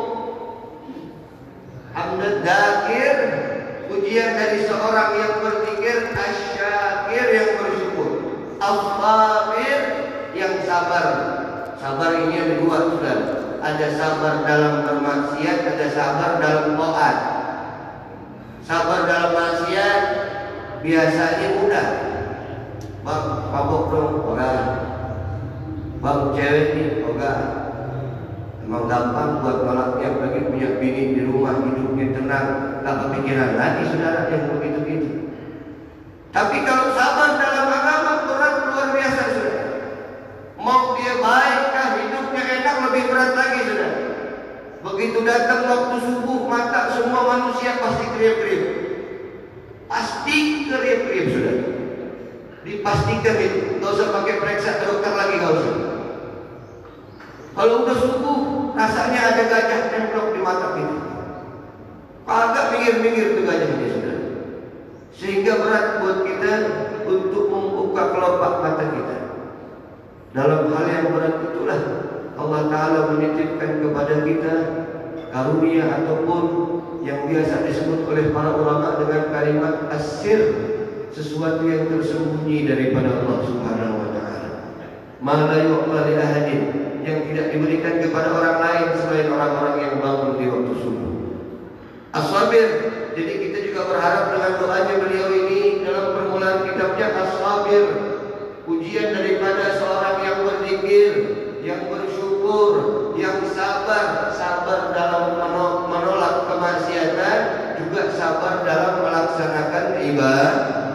Hamdan dzakir, pujian dari seorang yang berzikir. Asyakir, yang bersyukur. As-sabir, yang sabar. Sabar ini ada dua, sudah. Ada sabar dalam bermaksiat, ada sabar dalam taat. Sabar dalam maksiat biasanya mudah. Bang, mabok dong, enggak. Bang, cewek nih, enggak. Emang gampang buat nolaknya, bagi punya bini di rumah, hidupnya tenang, tak kepikiran lagi saudara yang begitu-gitu. Tapi kalau sabar dalam agama berat luar biasa, saudara. Mau dia baik kah, hidupnya enak, lebih berat lagi, saudara. Begitu datang waktu subuh, mata semua manusia pasti kriap-kriap. Pasti kriap-kriap, saudara. Dipastikan itu, nggak usah pakai periksa dokter lagi, nggak usah. Kalau udah subuh, rasanya ada gajah nemplok di mata kita. Agak minggir-minggir tuh gajahnya, saudara. Sehingga berat buat kita untuk membuka kelopak mata kita. Dalam hal yang berat itulah Allah Ta'ala menitipkan kepada kita karunia ataupun yang biasa disebut oleh para ulama dengan kalimat asir, sesuatu yang tersembunyi daripada Allah Subhanahu wa Ta'ala. Ma la yu'ta li ahadin, yang tidak diberikan kepada orang lain selain orang-orang yang bangun di waktu subuh. As-sabir, jadi kita juga berharap dengan doanya beliau ini dalam permulaan kitabnya As-sabir, pujian daripada seorang yang berzikir, yang bersyukur, yang sabar, sabar dalam menolak kemaksiatan, juga sabar dalam melaksanakan ibadah.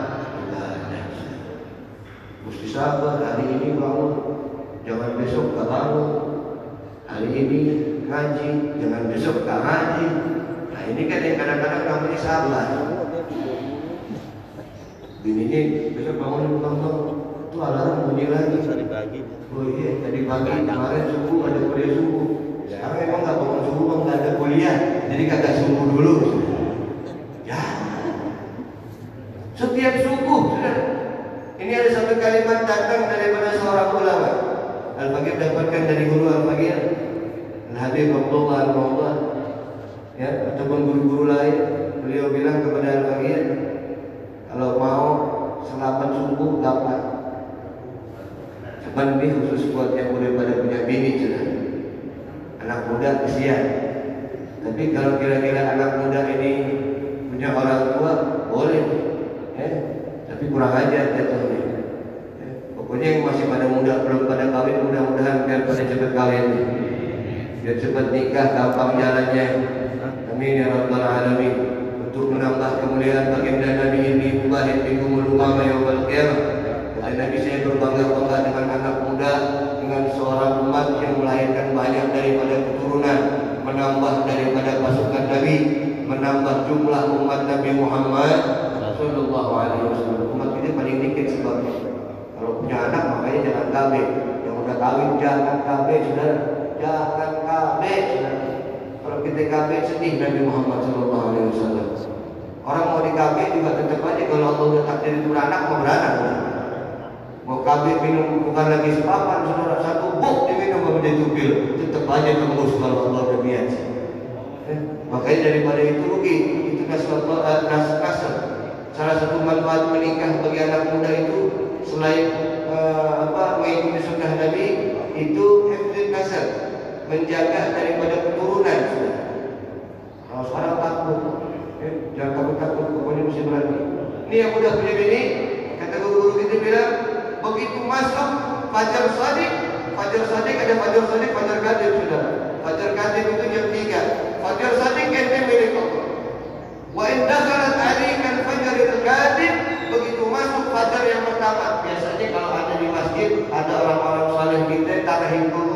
Mesti sabar, hari ini bangun, jangan besok gak bangun. Hari ini ngaji, jangan besok gak ngaji. Nah ini kan yang kadang-kadang namanya sabar. Bininya besok bangun bangun, itu alarm bunyi lagi. Tadi pagi. Oh iya, tadi pagi kemarin subuh ada kuliah subuh. Sekarang emang nggak bangun subuh, bang nggak ada kuliah, jadi kagak subuh dulu. Ya, setiap subuh, sudah. Ini ada satu kalimat datang daripada seorang ulama. Al-Faqih dapatkan dari guru Al-Faqih, Al-Habib Abdullah Al-Mawdah, ya, ataupun guru-guru lain. Beliau bilang kepada Al-Faqih, kalau mau selapan subuh dapat. Cuman ini khusus buat yang udah pada punya bini, sudah. Anak muda kesian. Tapi kalau kira-kira anak muda ini punya orang tua, boleh, ya. Tapi kurang ajar jatuhnya. Ya. Pokoknya yang masih pada muda, belum pada kawin, mudah-mudahan biar pada cepat kawin, biar cepat nikah, gampang jalannya. Amin ya rabbal alamin. Untuk menambah kemuliaan baginda Nabi ini, mubahid bikumul umama yaumil qiyamah. Kata Nabi, saya berbangga-bangga dengan anak muda, dengan seorang umat yang melahirkan banyak daripada keturunan, menambah daripada pasukan Nabi, menambah jumlah umat Nabi Muhammad Sallallahu Alaihi Wasallam. Umat kita paling dikit sebabnya. Kalau punya anak makanya jangan kawin. Yang udah kawin jangan kawin, saudara. Jangan kawin, saudara. K B sedih Nabi Muhammad shallallahu alaihi wasallam. Orang mau di K B juga tetap aja kalau Allah udah takdir itu beranak mau beranak. Mau K B minum bukan lagi sepapan, saudara, satu buk diminum sama dia tupil, tetap aja tembus kalau Allah udah biasa. Eh, makanya daripada itu rugi, itu kasar kasar. Salah satu manfaat menikah bagi anak muda itu selain uh, apa mengikuti sunnah Nabi itu hifdzul nasab, menjaga daripada keturunan. Kalau sekarang takut, eh, jangan takut takut, pokoknya mesti berani. Ini yang udah punya bini, kata guru-guru kita bilang, begitu masuk fajar shadiq, fajar shadiq ada fajar shadiq, fajar kadib sudah. Fajar kadib itu jam tiga. Fajar shadiq ente milik Allah. Wa in dakhalat 'alaika al-fajr al-kadib, begitu masuk fajar yang pertama. Biasanya kalau ada di masjid, ada orang-orang saleh kita tarahin dulu.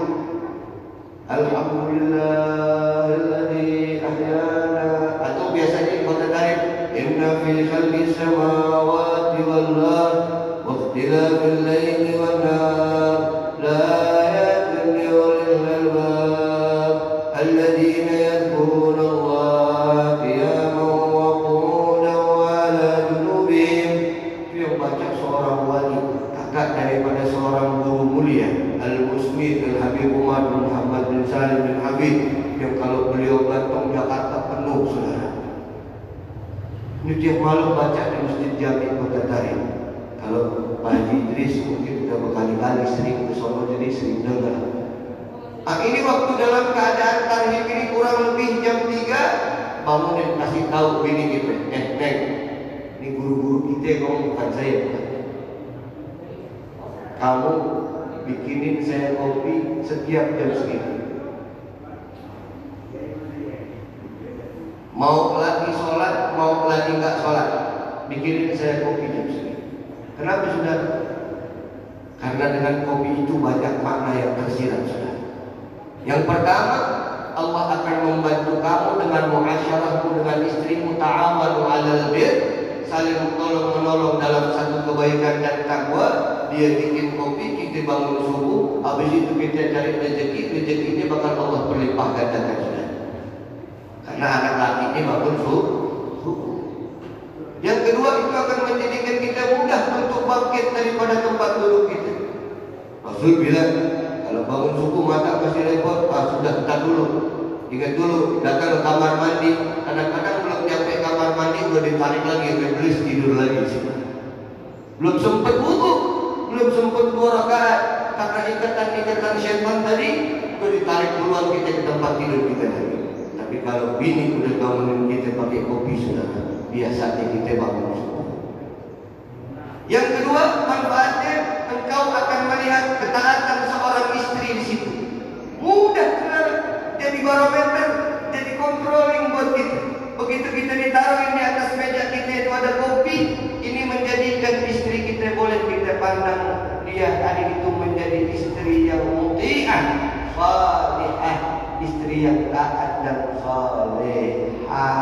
Alhamdulillahilladzi ahyana, atau biasanya kota tarikh inna fi khalqis samawati wal ardh wa ikhtilafil laili wan nahar la ayatin li ulil albab alladzina yadhkuruna Allah qiyaman wa qu'udan wa 'ala junubihim. Itu yang baca seorang wali, kakak daripada seorang guru mulia Al-Musmid Al-Habib Umar bin Muhammad bin Salim bin Habib, yang kalau beliau gantong Jakarta penuh, saudara. Ini tiap malam baca di Masjid Jami Kota Tarim. Kalau Pak Haji Idris mungkin sudah berkali-kali sering ke sono, jadi sering dengar. Ah, ini waktu dalam keadaan tarhib ini kurang lebih jam tiga, bangun dan kasih tahu bini kita, eh neng, ini guru-guru kita ngomong, bukan saya, bukan. Kamu bikinin saya kopi setiap jam segini. Mau lagi sholat, mau lagi nggak sholat, bikinin saya kopi jam segini. Kenapa sudah? Karena dengan kopi itu banyak makna yang tersirat, sudah. Yang pertama, Allah akan membantu kamu dengan muasyarahmu dengan istrimu, ta'awanu 'alal bir, saling menolong menolong dalam satu kebaikan dan takwa. Dia bikin kopi, kita bangun subuh, habis itu kita cari rezeki, rezekinya bakal Allah berlimpah gandakan, sudah. Karena anak laki ini bangun subuh. Yang kedua, itu akan menjadikan kita mudah untuk bangkit daripada tempat duduk kita. Rasul bilang, kalau bangun subuh mata masih repot, ah sudah bentar dulu, ingat dulu, datang ke kamar mandi. Kadang-kadang belum nyampe kamar mandi udah ditarik lagi, beres tidur lagi. Belum sempat wudu, belum sempat dua rakaat, karena ikatan-ikatan syaitan tadi udah ditarik duluan kita ke tempat tidur kita lagi. Tapi kalau bini udah bangunin kita pakai kopi, sudah biasanya kita bangun subuh. Yang kedua, manfaatnya engkau akan melihat ketaatan seorang istri di situ. Mudah, saudara, jadi barometer, jadi controlling buat kita. Begitu kita ditaruhin di atas meja kita itu ada kopi, ini menjadikan istri kita boleh kita pandang dia hari itu menjadi istri yang muti'ah, salihah, istri yang taat dan salihah.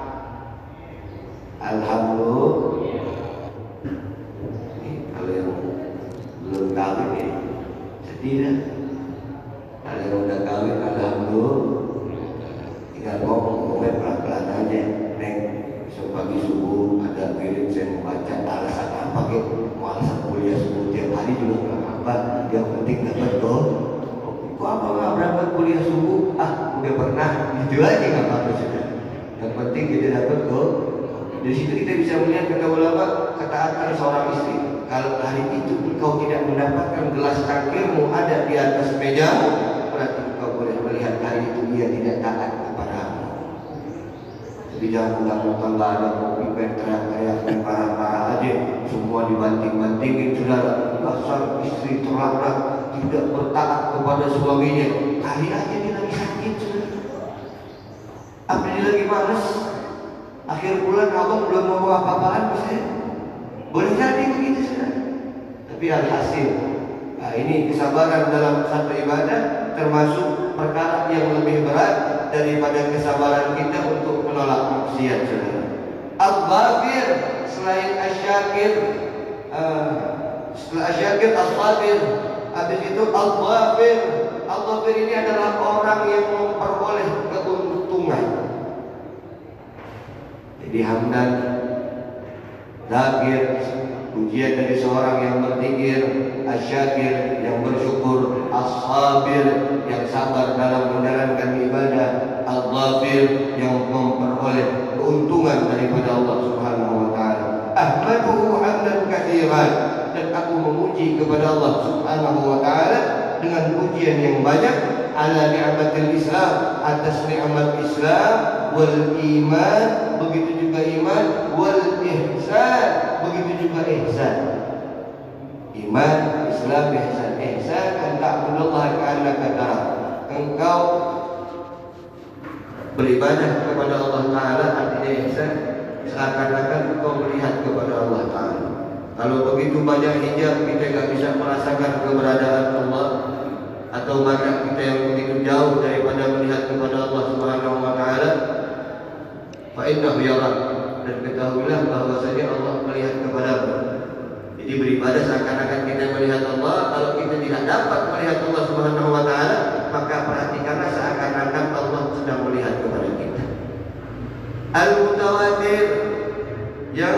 Alhamdulillah. Ini kalau yang belum kawin ya sedih dah. Kalau yang udah kawin, alhamdulillah, tinggal ngomong ngomong pelan-pelan aja. Neng, besok pagi subuh ada kirim saya mau baca, alasan apa gitu? Mau alasan kuliah subuh tiap hari juga nggak apa-apa. Yang penting dapat doa. Kok apa nggak berangkat kuliah subuh? Ah, udah pernah. Itu aja nggak apa-apa sudah. Yang penting kita dapat doa. Dari situ kita bisa melihat, kata ulama, ketaatan seorang istri. Kalau hari itu engkau tidak mendapatkan gelas cangkirmu ada di atas mejamu, berarti engkau boleh melihat hari itu dia tidak taat kepadamu. Jadi jangan mentang-mentang nggak ada kopi, pengen teriak-teriak, parah-parah aja, semua dibanting-bantingin, saudara. Dasar istri terlaknat, tidak bertaat kepada suaminya. Kali aja dia lagi sakit, saudara. Apa dia lagi malas? Akhir bulan abang belum mau apa-apaan, misalnya. Boleh jadi begitu, saudara. Tapi alhasil, nah ini kesabaran dalam satu ibadah termasuk perkara yang lebih berat daripada kesabaran kita untuk menolak maksiat, saudara. Al-Ghafir selain Asyakir, uh, setelah Asyakir Al-Sabir, habis itu Al-Ghafir. Al-Ghafir ini adalah orang yang memperoleh keuntungan. Jadi hamdan, zakir, pujian dari seorang yang berzikir, asyakir yang bersyukur, as-sabir yang sabar dalam menjalankan ibadah, al-ghafir yang memperoleh keuntungan daripada Allah Subhanahu wa taala. Ahmaduhu hamdan katsiran, dan aku memuji kepada Allah Subhanahu wa taala dengan pujian yang banyak ala ni'matil Islam, atas nikmat Islam, wal iman, begitu juga iman, wal ihsan, begitu juga ihsan. Iman, Islam, ihsan. Ihsan an ta'budallaha ka'annaka tarah. Engkau beribadah kepada Allah Ta'ala, artinya ihsan, seakan-akan engkau melihat kepada Allah Ta'ala. Kalau begitu banyak hijab kita tidak bisa merasakan keberadaan Allah, atau banyak kita yang begitu jauh daripada melihat kepada Allah Subhanahu wa taala, fa innahu yara, dan ketahuilah bahwasanya Allah melihat kepadamu. Jadi beribadah seakan-akan kita melihat Allah. Kalau kita tidak dapat melihat Allah Subhanahu wa taala, maka perhatikanlah seakan-akan Allah sedang melihat kepada kita. Al-mutawatir, yang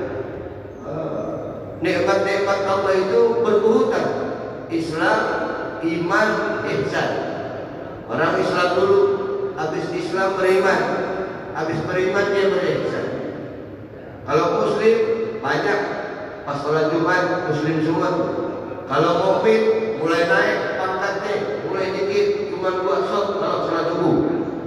uh, nikmat-nikmat Allah itu berurutan: Islam, iman, ihsan. Orang Islam dulu, habis Islam beriman, habis beriman dia berihsan. Kalau Muslim banyak, pas sholat Jumat Muslim semua. Kalau mukmin mulai naik pangkatnya, mulai dikit cuma dua shot kalau sholat subuh.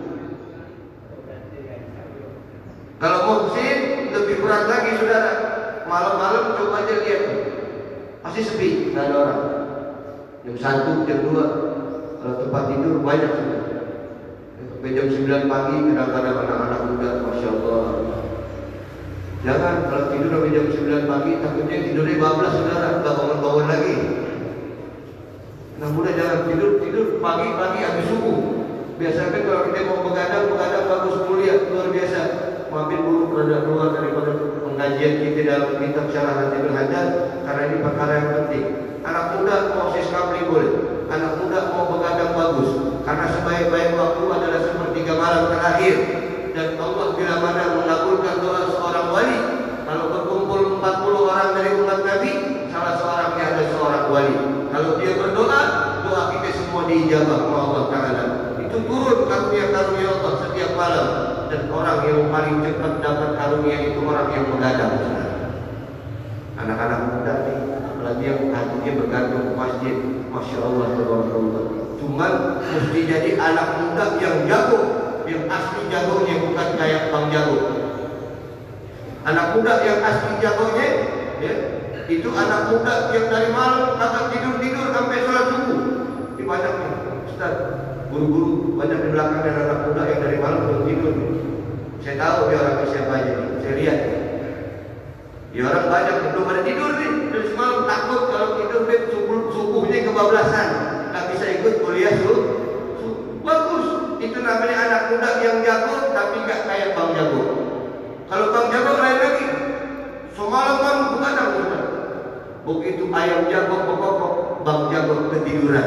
Kalau muhsin lebih berat lagi saudara. Malam-malam coba aja lihat, pasti sepi, nggak ada orang. Jam satu, jam dua, kalau tempat tidur banyak sudah. Sampai jam sembilan pagi kadang-kadang anak-anak muda, masya Allah. Jangan kalau tidur sampai jam sembilan pagi, takutnya tidurnya bablas saudara, nggak bangun-bangun lagi. Anak muda jangan tidur tidur pagi-pagi habis subuh. Biasanya kalau kita mau begadang, begadang bagus mulia, luar biasa. Maafin dulu berada keluar daripada pengajian kita dalam kitab Syarah Ratibul Hadad, karena ini perkara yang penting. Anak muda mau siskapli boleh, anak muda mau begadang bagus, karena sebaik-baik waktu adalah sepertiga malam terakhir. Dan Allah bila mana mengabulkan doa seorang wali, kalau berkumpul empat puluh orang dari umat Nabi, salah seorangnya ada seorang wali. Kalau dia berdoa, doa kita semua diijabah oleh Allah Ta'ala. Itu turun karunia-karunia Allah setiap malam. Dan orang yang paling cepat dapat karunia itu orang yang begadang. Anak-anak muda nih, apalagi yang hatinya bergantung ke masjid, masya Allah, tabarakallah. Cuman mesti jadi anak muda yang jago, yang asli jagonya, bukan kayak bang jago. Anak muda yang asli jagonya, ya, itu anak muda yang dari malam kagak tidur-tidur sampai sholat subuh. Ini banyak nih, Ustaz, guru-guru banyak di belakang dan anak muda yang dari malam belum tidur. Saya tahu dia orang siapa aja nih, saya lihat. Ya orang banyak belum pada tidur nih, dari semalam takut kalau tidur nih subuh subuhnya kebablasan, nggak bisa ikut kuliah subuh. Bagus, itu namanya anak muda yang jago tapi nggak kayak bang jago. Kalau bang jago lain lagi, semalam kan begadang sudah. Begitu ayam jago pokok, bang jago ketiduran.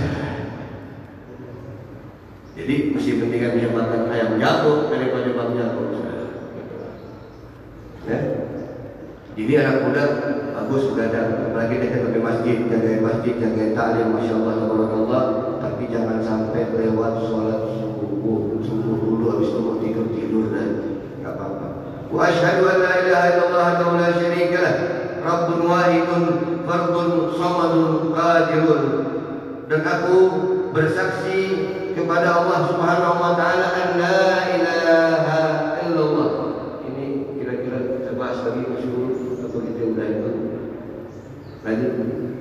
Jadi mesti pentingkan bisa makan ayam jago daripada bang jago. Ya. Jadi anak muda bagus begadang, apalagi dekat dengan masjid, jaga masjid, jaga taklim, masya Allah, tabarakallah. Tapi jangan sampai lewat sholat subuh, subuh dulu habis itu mau tidur tidur dan nggak apa-apa. Wa asyhadu an la ilaha illallah wa la syarika lah, Rabbun wahidun, fardun, samadun, qadirun. Dan aku bersaksi kepada Allah Subhanahu wa taala an la ilaha illallah. Ini kira-kira kita bahas lagi masyhur atau kita udah itu. Lanjut.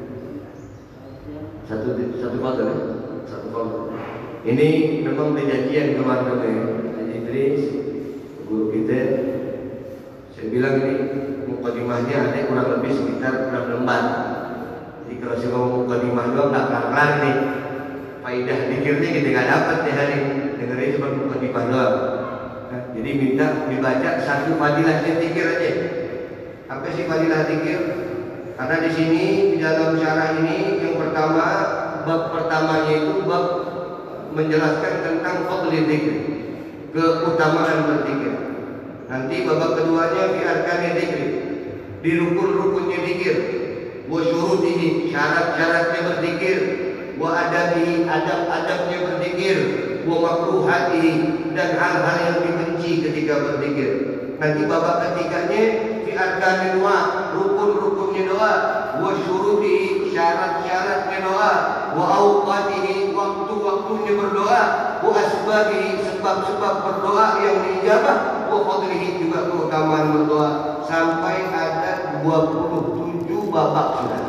Satu satu fakta ya. Satu fakta. Ini memang perjanjian kemarin Haji Idris, guru kita. Saya bilang ini mukadimahnya ada kurang lebih sekitar enam lembar. Jadi kalau saya ngomong mukadimah doang nggak kelar nih. Faidah dikirnya kita nggak dapat di hari dengerin cuma mukadimah doang. Nah, jadi minta dibaca satu fadilah zikir aja. Apa sih fadilah zikir? Karena di sini di dalam syarah ini yang pertama, bab pertamanya itu bab menjelaskan tentang fadli zikir, keutamaan berzikir. Nanti babak keduanya fi arkanil dzikri, di rukun-rukunnya zikir, wa syurutihi, syarat-syaratnya berzikir, wa adabihi, adab-adabnya berzikir, wa makruhatihi, dan hal-hal yang dibenci ketika berzikir. Nanti babak ketiganya fi arkanil doa, rukun-rukunnya doa, wa syurutihi, syarat-syaratnya doa, wa auqatihi, waktu-waktunya berdoa, wa asbabihi, sebab-sebab berdoa yang diijabah, wa fadlihi, juga keutamaan berdoa, sampai ada dua puluh tujuh babak sudah.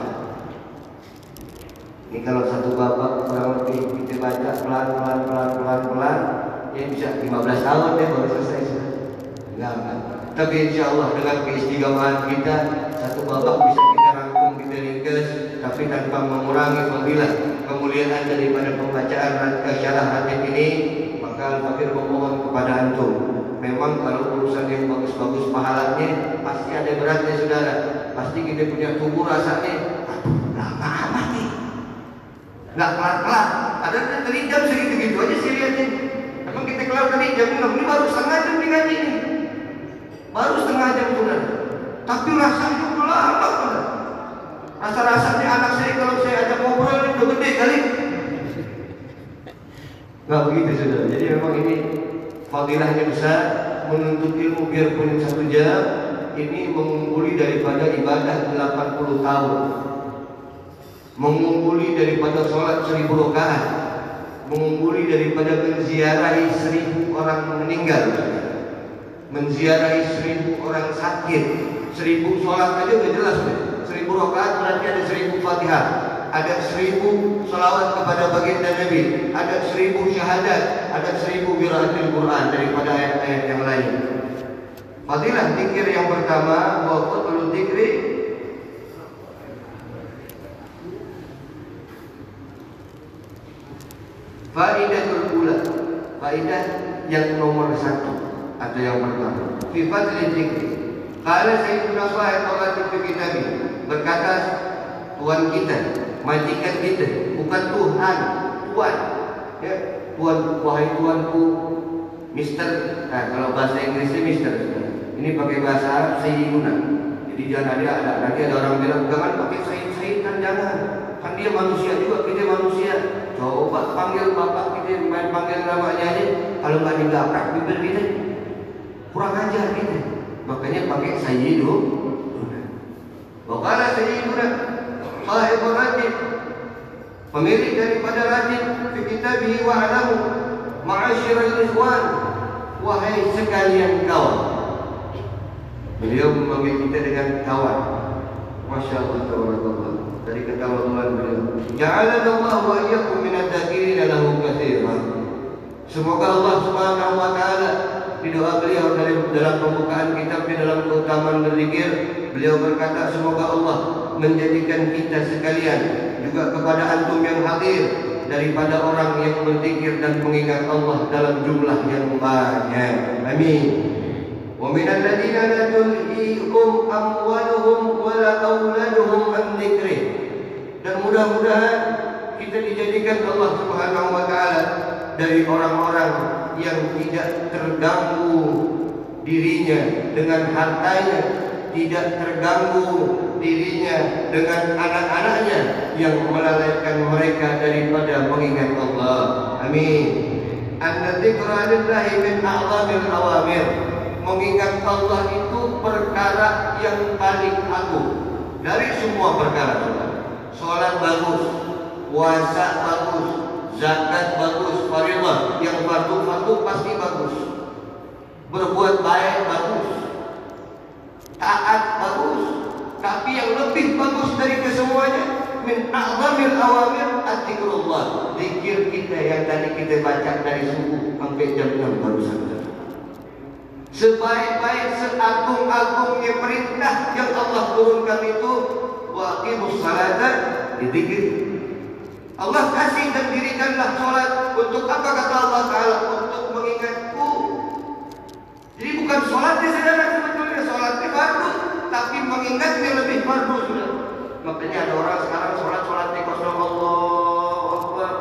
Ini kalau satu babak kurang lebih kita baca pelan-pelan pelan-pelan pelan, ya bisa lima belas tahun ya baru selesai sudah. Enggak, enggak. Tapi insya Allah dengan keistiqomahan kita, satu babak bisa kita rangkum, kita ringkas, tapi tanpa mengurangi fadilah kemuliaan daripada pembacaan syarah hadis ini. Maka Al-Fakir memohon kepada antum, memang kalau urusan yang bagus-bagus pahalanya pasti ada beratnya saudara. Pasti kita punya tubuh rasanya, aduh lama amat nih, nggak kelar-kelar. Ada dari jam segitu-gitu aja sih lihatnya. Emang kita kelar dari jam enam, ini baru setengah jam dikaji ini, baru setengah jam saudara. Tapi rasanya udah lama saudara. Rasa-rasanya anak saya kalau saya ajak ngobrol ini udah gede kali. Nggak begitu saudara. Jadi memang ini fadilahnya besar. Menuntut ilmu biarpun satu jam ini mengungguli daripada ibadah delapan puluh tahun, mengungguli daripada sholat seribu rakaat, mengungguli daripada menziarahi seribu orang meninggal, menziarahi seribu orang sakit. Seribu sholat aja udah jelas deh. Seribu rakaat berarti ada seribu fatihah, ada seribu salawat kepada baginda Nabi, ada seribu syahadat, ada seribu qiraatul Quran daripada ayat-ayat yang lain. Fadilah zikir yang pertama, wa fadlul dzikri faidatul ula, faidah yang nomor satu atau yang pertama. Fi fadlil dzikri. Qala Sayyiduna Sa'id Allah fi kitabih, berkata Tuhan kita, majikan kita, bukan Tuhan, Tuhan. Ya, Tuhan, wahai Tuanku, Mister. Nah, kalau bahasa Inggrisnya Mister. Ini pakai bahasa Arab Sayyiduna. Jadi jangan ada, ada nanti ada orang bilang jangan pakai Sayyid Sayyid, kan jangan. Kan dia manusia juga, kita manusia. Coba panggil bapak kita, main panggil namanya aja. Kalau nggak digaprak bibir kita, kurang ajar kita. Makanya pakai Sayyidu. Wakala Sayyiduna sahibul rajin, pemilik daripada rajin, fi kitabihi wa alamu, ma'asyiral ikhwan, wahai sekalian kawan. Beliau memanggil kita dengan kawan. Masya Allah, tabarakallah. Dari ketawaduan beliau, ja'alallahu wa iyyakum minadz dzakirina lahu katsiran. Semoga Allah Subhanahu wa taala, di doa beliau dari dalam pembukaan kitab di dalam keutamaan berzikir, beliau berkata semoga Allah menjadikan kita sekalian juga kepada antum yang hadir daripada orang yang berzikir dan mengingat Allah dalam jumlah yang banyak. Amin. Wa minal ladzina la tulhihim amwaluhum wa la auladuhum an dzikri. Dan mudah-mudahan kita dijadikan Allah Subhanahu wa taala dari orang-orang yang tidak terganggu dirinya dengan hartanya, tidak terganggu dirinya dengan anak-anaknya yang melalaikan mereka daripada mengingat Allah. Amin. An-dzikra lillahi min a'zamil awamir. Mengingat Allah itu perkara yang paling agung dari semua perkara. Salat bagus, puasa bagus, zakat bagus, fardhu, yang fardu-fardu pasti bagus. Berbuat baik bagus, taat bagus, tapi yang lebih bagus dari kesemuanya min a'zamil awamir at-dzikrullah. Zikir kita yang tadi kita baca dari subuh sampai jam enam barusan. Sebaik-baik, seagung-agungnya perintah yang Allah turunkan itu, wa aqimus salata dizikir. Allah kasih dan dirikanlah sholat. Untuk apa kata Allah Ta'ala? Untuk mengingatku. Jadi bukan sholatnya saudara sebetulnya, sholatnya fardu, tapi mengingatnya lebih fardu sudah. Makanya ada orang sekarang sholat sholatnya kosong, Allahu Akbar.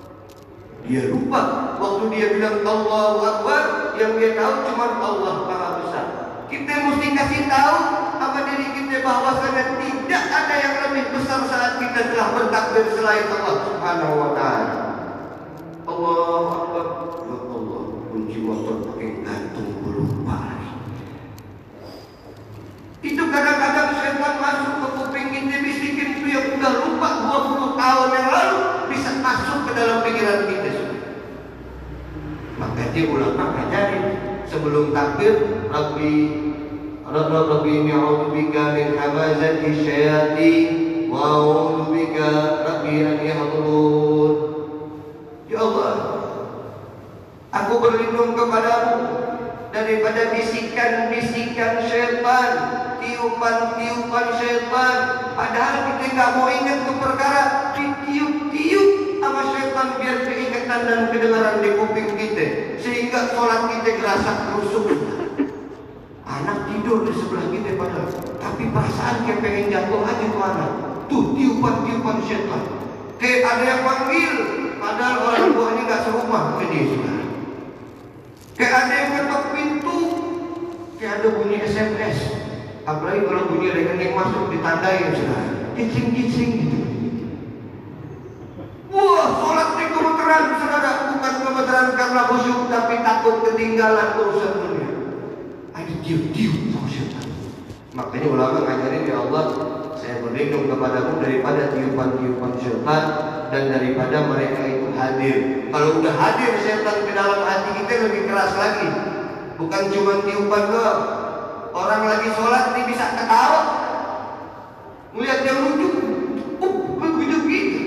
Dia lupa waktu dia bilang Allahu Akbar, yang dia tahu cuma Allah Maha Kita mesti kasih tahu sama diri kita bahwasanya tidak ada yang lebih besar saat kita telah bertakbir selain Allah Subhanahu wa taala. Allahu Akbar. Ya Allah, kunci motor pakai gantung lupa. Itu kadang-kadang setan masuk ke kuping kita, bisikin itu yang udah lupa dua puluh tahun yang lalu bisa masuk ke dalam pikiran kita. Makanya ulama ngajarin sebelum takbir, Rabbi Rabbi Rabbi inni a'udzubika min hamazati syayatin wa a'udzubika Rabbi an yahdurun. Ya Allah, aku berlindung kepadamu daripada bisikan-bisikan syaitan, tiupan-tiupan syaitan. Padahal kita nggak mau ingat ke perkara, ditiup-tiup sama syaitan biar keingatan dan kedengaran di kuping kita, sehingga sholat kita gerasa kerusuk. Anak tidur di sebelah kita padahal, tapi perasaan kayak pengen jatuh aja ke anak. Tuh tiupan-tiupan syaitan. Kayak ada yang panggil, padahal orang tuanya nggak serumah ke dia sekarang. Kayak ada yang ketok pintu, kayak ada bunyi S M S. Apalagi kalau bunyi rekening masuk ditandai sekarang, gicing-gicing gitu. Wah, sholat ini kebetulan saudara, bukan kebetulan karena khusyuk, tapi takut ketinggalan urusan dunia. Ada tiup-tiup sama syaitan. Makanya ulama ngajarin, ya Allah, saya berlindung kepadamu daripada tiupan-tiupan syaitan dan daripada mereka itu hadir. Kalau udah hadir syaitan ke dalam hati kita lebih keras lagi. Bukan cuma tiupan doang. Orang lagi sholat ini bisa ketawa, melihat dia lucu, uh, begitu gitu.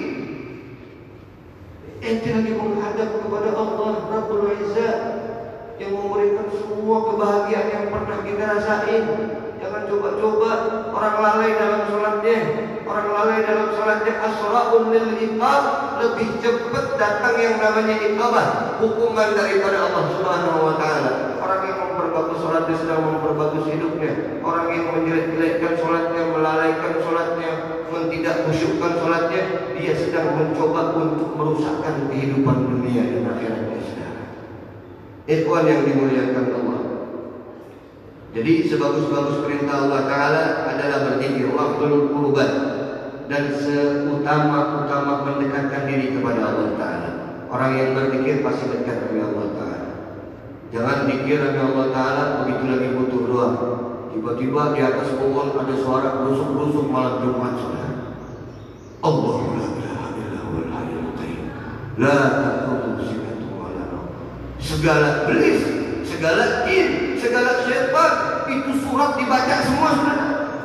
Ente lagi menghadap kepada Allah Rabbul Izzah yang memberikan semua kebahagiaan yang pernah kita rasain. Jangan coba-coba orang lalai dalam sholatnya. Orang lalai dalam sholatnya asra'un lil iqab, lebih cepat datang yang namanya iqabah, hukuman daripada Allah Subhanahu wa taala. Orang yang memperbagus sholatnya sedang memperbagus hidupnya. Orang yang menjelek-jelekkan sholatnya, melalaikan sholatnya, tidak khusyukkan sholatnya, dia sedang mencoba untuk merusakkan kehidupan dunia dan akhiratnya. Ikhwan yang dimuliakan Allah. Jadi sebagus-bagus perintah Allah Ta'ala adalah berzikir, waqtul qurbat, dan seutama-utama mendekatkan diri kepada Allah Ta'ala. Orang yang berzikir pasti dekat dengan Allah Ta'ala. Jangan dikir dengan Allah Ta'ala begitu lagi butuh doa, tiba-tiba di atas pohon ada suara rusuk-rusuk malam Jumat, saudara. Allahu la ilaha illa huwal hayyul qayyum la ta'khudhuhu sinatun wa la nawm. Segala iblis, segala jin, segala syaitan itu surat dibaca semua, saudara.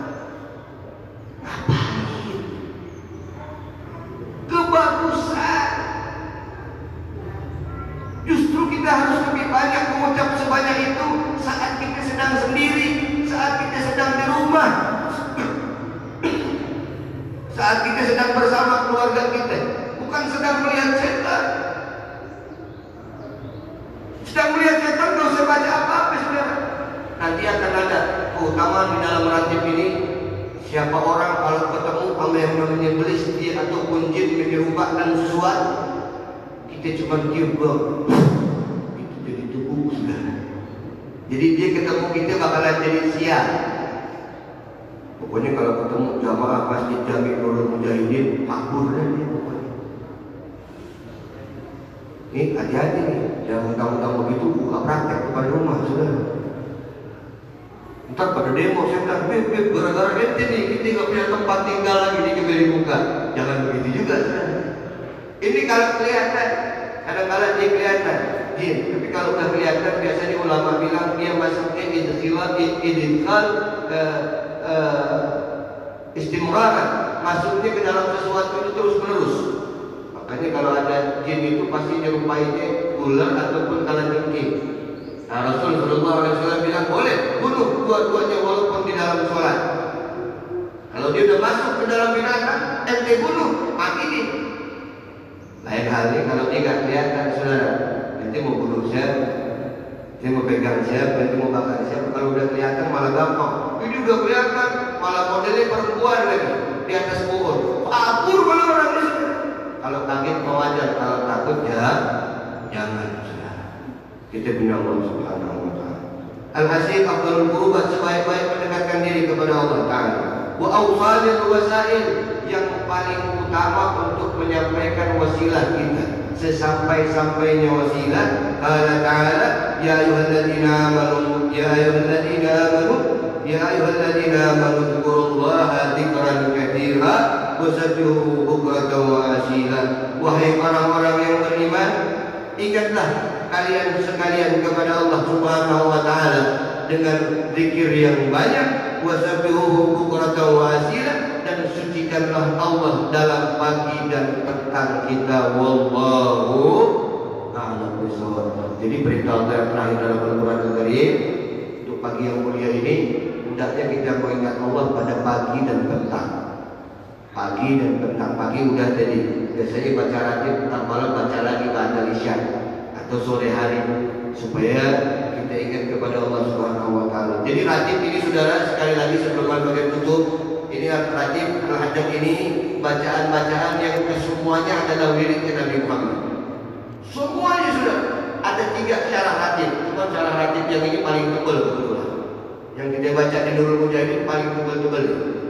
Ngapain? Kebagusan. Justru kita harus lebih banyak mengucap sebanyak itu saat kita sedang sendiri, saat kita sedang di rumah, saat kita sedang bersama keluarga kita, bukan sedang melihat setan. Sedang melihat setan gak usah baca apa-apa, saudara. Nanti akan ada keutamaan di dalam ratib ini. Siapa orang kalau ketemu sama yang namanya iblis, dia ataupun jin yang dirubahkan sesuatu, kita cuma tiup bau, itu jadi tubuh, saudara. Jadi dia ketemu kita bakalan jadi sial. Pokoknya kalau ketemu jamaah masjid Jami Nurul Mujahidin, makbul dah dia pokoknya. Nih hati-hati nih, jangan mentang-mentang begitu buka praktek depan rumah, saudara. Ntar pada demo saya bilang, beb, beb, gara-gara ente nih kita nggak punya tempat tinggal lagi di Kebiri Buka. Jangan begitu juga, saudara. Ini kalau kelihatan, kadang-kadang dia kelihatan jin, tapi kalau udah kelihatan biasanya ulama bilang dia masuknya idkhal idkhal uh, uh, istimraran, masuknya ke dalam sesuatu itu terus menerus. Makanya kalau ada jin itu pasti nyerupainya ular ataupun kalajengking. Nah, Rasul Shallallahu Alaihi Wasallam bilang boleh bunuh dua-duanya walaupun di dalam sholat. Kalau dia udah masuk ke dalam binatang, ente bunuh, mati nih. Lain halnya kalau dia nggak kelihatan, saudara. Ente mau bunuh siapa? Ente mau pegang siapa? Ente mau bakar siapa? Kalau udah kelihatan malah gampang. Ini udah kelihatan, malah modelnya perempuan lagi di atas pohon. Kabur malah orang ini. Kalau kaget mau wajar, kalau takut ya jangan, saudara. Kita punya Allah Subhanahu wa taala. Al-hasil afdalul qurubat, sebaik-baik mendekatkan diri kepada Allah Ta'ala. Wa awsalil wasail, yang paling utama untuk menyampaikan wasilah kita, sesampai-sampainya wasilah. Qala ta'ala ya ayyuhalladzina amanu ya ayyuhalladzina amanu ya ayyuhalladzina amanu dzkurullaha dzikran katsira wasabbihuhu bukratan wa asila. Wahai orang-orang yang beriman, ingatlah kalian sekalian kepada Allah Subhanahu wa taala dengan zikir yang banyak, wasabbihuhu bukratan wa asila, dan sucikanlah Allah dalam pagi dan petang kita. Wallahu a'lam bishawab. Jadi perintah Allah yang terakhir dalam Al-Qur'an Al-Karim untuk pagi yang mulia ini, hendaknya kita mengingat Allah pada pagi dan petang. Pagi dan petang. Pagi udah jadi, biasanya baca ratib, petang malam baca lagi ba'da isya atau sore hari, supaya kita ingat kepada Allah Subhanahu wa taala. Jadi ratib ini saudara, sekali lagi sebelum bagian tutup, ini ratib Al-Haddad ini bacaan-bacaan yang kesemuanya adalah wiridnya Nabi Muhammad. Semuanya sudah ada tiga syarah ratib. Cuma syarah ratib yang ini paling tebal kebetulan. Yang kita baca di Nurul Mujahidin paling tebal-tebal.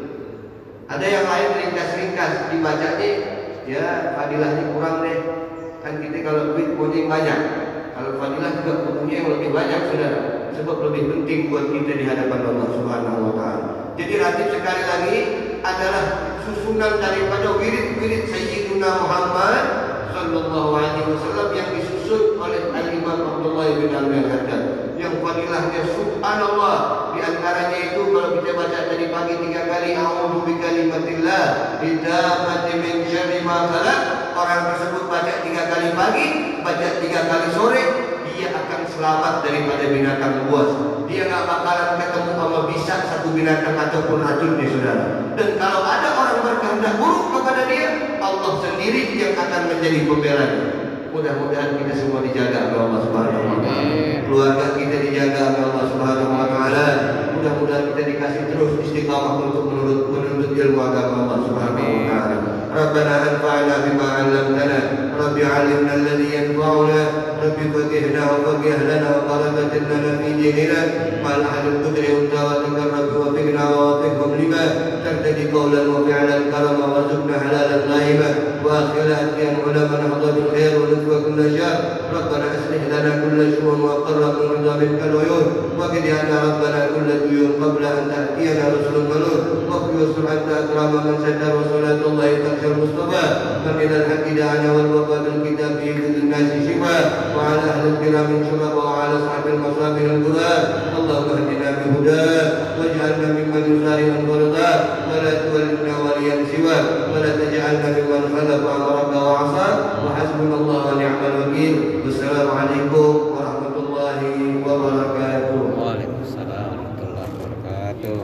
Ada yang lain ringkas-ringkas dibacanya, ya fadilahnya kurang deh. Kan kita kalau duit punya banyak, kalau fadilah juga punya yang lebih banyak saudara. Sebab lebih penting buat kita di hadapan Allah Subhanahu wa taala. Jadi ratib sekali lagi adalah susunan daripada wirid-wirid Sayyidina Muhammad sallallahu alaihi wasallam yang disusun oleh Al-Imam Abdullah bin Al-Haddad, yang fadilahnya subhanallah. Di antaranya itu kalau kita baca tadi pagi tiga kali a'udzu bikalimatillah bidammati min syarri ma khalaq, orang tersebut baca tiga kali pagi, baca tiga kali sore, dia akan selamat daripada binatang buas. Dia nggak bakalan ketemu sama bisa satu binatang ataupun racunnya saudara. Dan kalau ada orang berkehendak buruk kepada dia, Allah sendiri yang akan menjadi pembelanya. Mudah-mudahan kita semua dijaga oleh Allah Subhanahu wa taala. Keluarga kita dijaga oleh Allah Subhanahu wa taala. Mudah-mudahan kita dikasih terus istiqamah untuk menuntut menuntut ilmu agama Allah Subhanahu wa taala. Rabbana anfa'na bima 'allamtana, Rabbi 'allimna alladhi yanfa'una, Rabbi faqihna wa faqih lana wa qarabatan lana fi dinina, ma'al ahlil qudri wa tawakkal Rabbi wa fiqna wa wafiqhum lima tartadi qawlan wa fi'lan karama wa zubna halalan ghaiba wa akhirat yang ulama nahdhatul khair wa nutwa kulla syar. Rabbana aslih lana kulla syu'un wa qarrab min dhamika al-uyun wa qidiyana Rabbana kulla duyun qabla an ta'tiyana rusulun malun wa qiyusul anta akrama man sadar wa salatullahi takhir Mustafa man ilal haqi da'ana wal wafa bil kitab fi hudun nasi shifa wa ala ahli kiramin syuraba wa ala sahabil masabih al-qura. Allahumma hdina bihuda waj'alna mimman yusari al-qurda wa la tuwallina waliyan siwa wa la taj'alna mimman khalafa amraka wa asa wa hasbunallahu wa ni'mal wakil. Wassalamualaikum warahmatullahi wabarakatuh. Waalaikumsalam warahmatullahi wabarakatuh.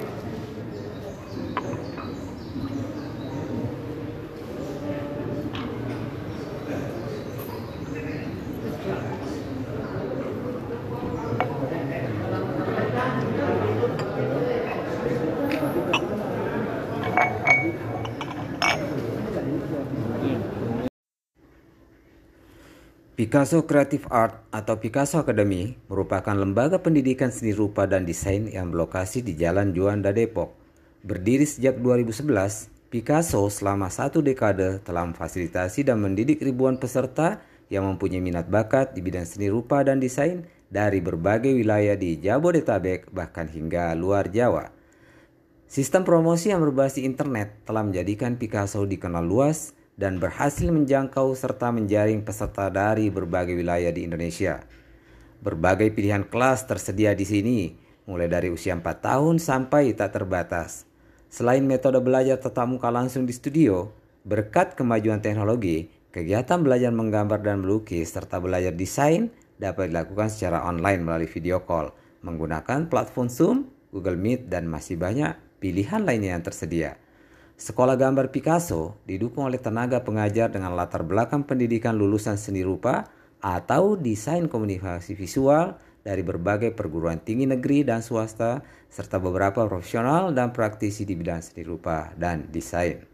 Picasso Creative Art atau Picasso Academy merupakan lembaga pendidikan seni rupa dan desain yang berlokasi di Jalan Juanda, Depok. Berdiri sejak dua ribu sebelas, Picasso selama satu dekade telah memfasilitasi dan mendidik ribuan peserta yang mempunyai minat bakat di bidang seni rupa dan desain dari berbagai wilayah di Jabodetabek bahkan hingga luar Jawa. Sistem promosi yang berbasis internet telah menjadikan Picasso dikenal luas dan berhasil menjangkau serta menjaring peserta dari berbagai wilayah di Indonesia. Berbagai pilihan kelas tersedia di sini, mulai dari usia empat tahun sampai tak terbatas. Selain metode belajar tatap muka langsung di studio, berkat kemajuan teknologi, kegiatan belajar menggambar dan melukis serta belajar desain dapat dilakukan secara online melalui video call, menggunakan platform Zoom, Google Meet, dan masih banyak pilihan lainnya yang tersedia. Sekolah Gambar Picasso didukung oleh tenaga pengajar dengan latar belakang pendidikan lulusan seni rupa atau desain komunikasi visual dari berbagai perguruan tinggi negeri dan swasta, serta beberapa profesional dan praktisi di bidang seni rupa dan desain.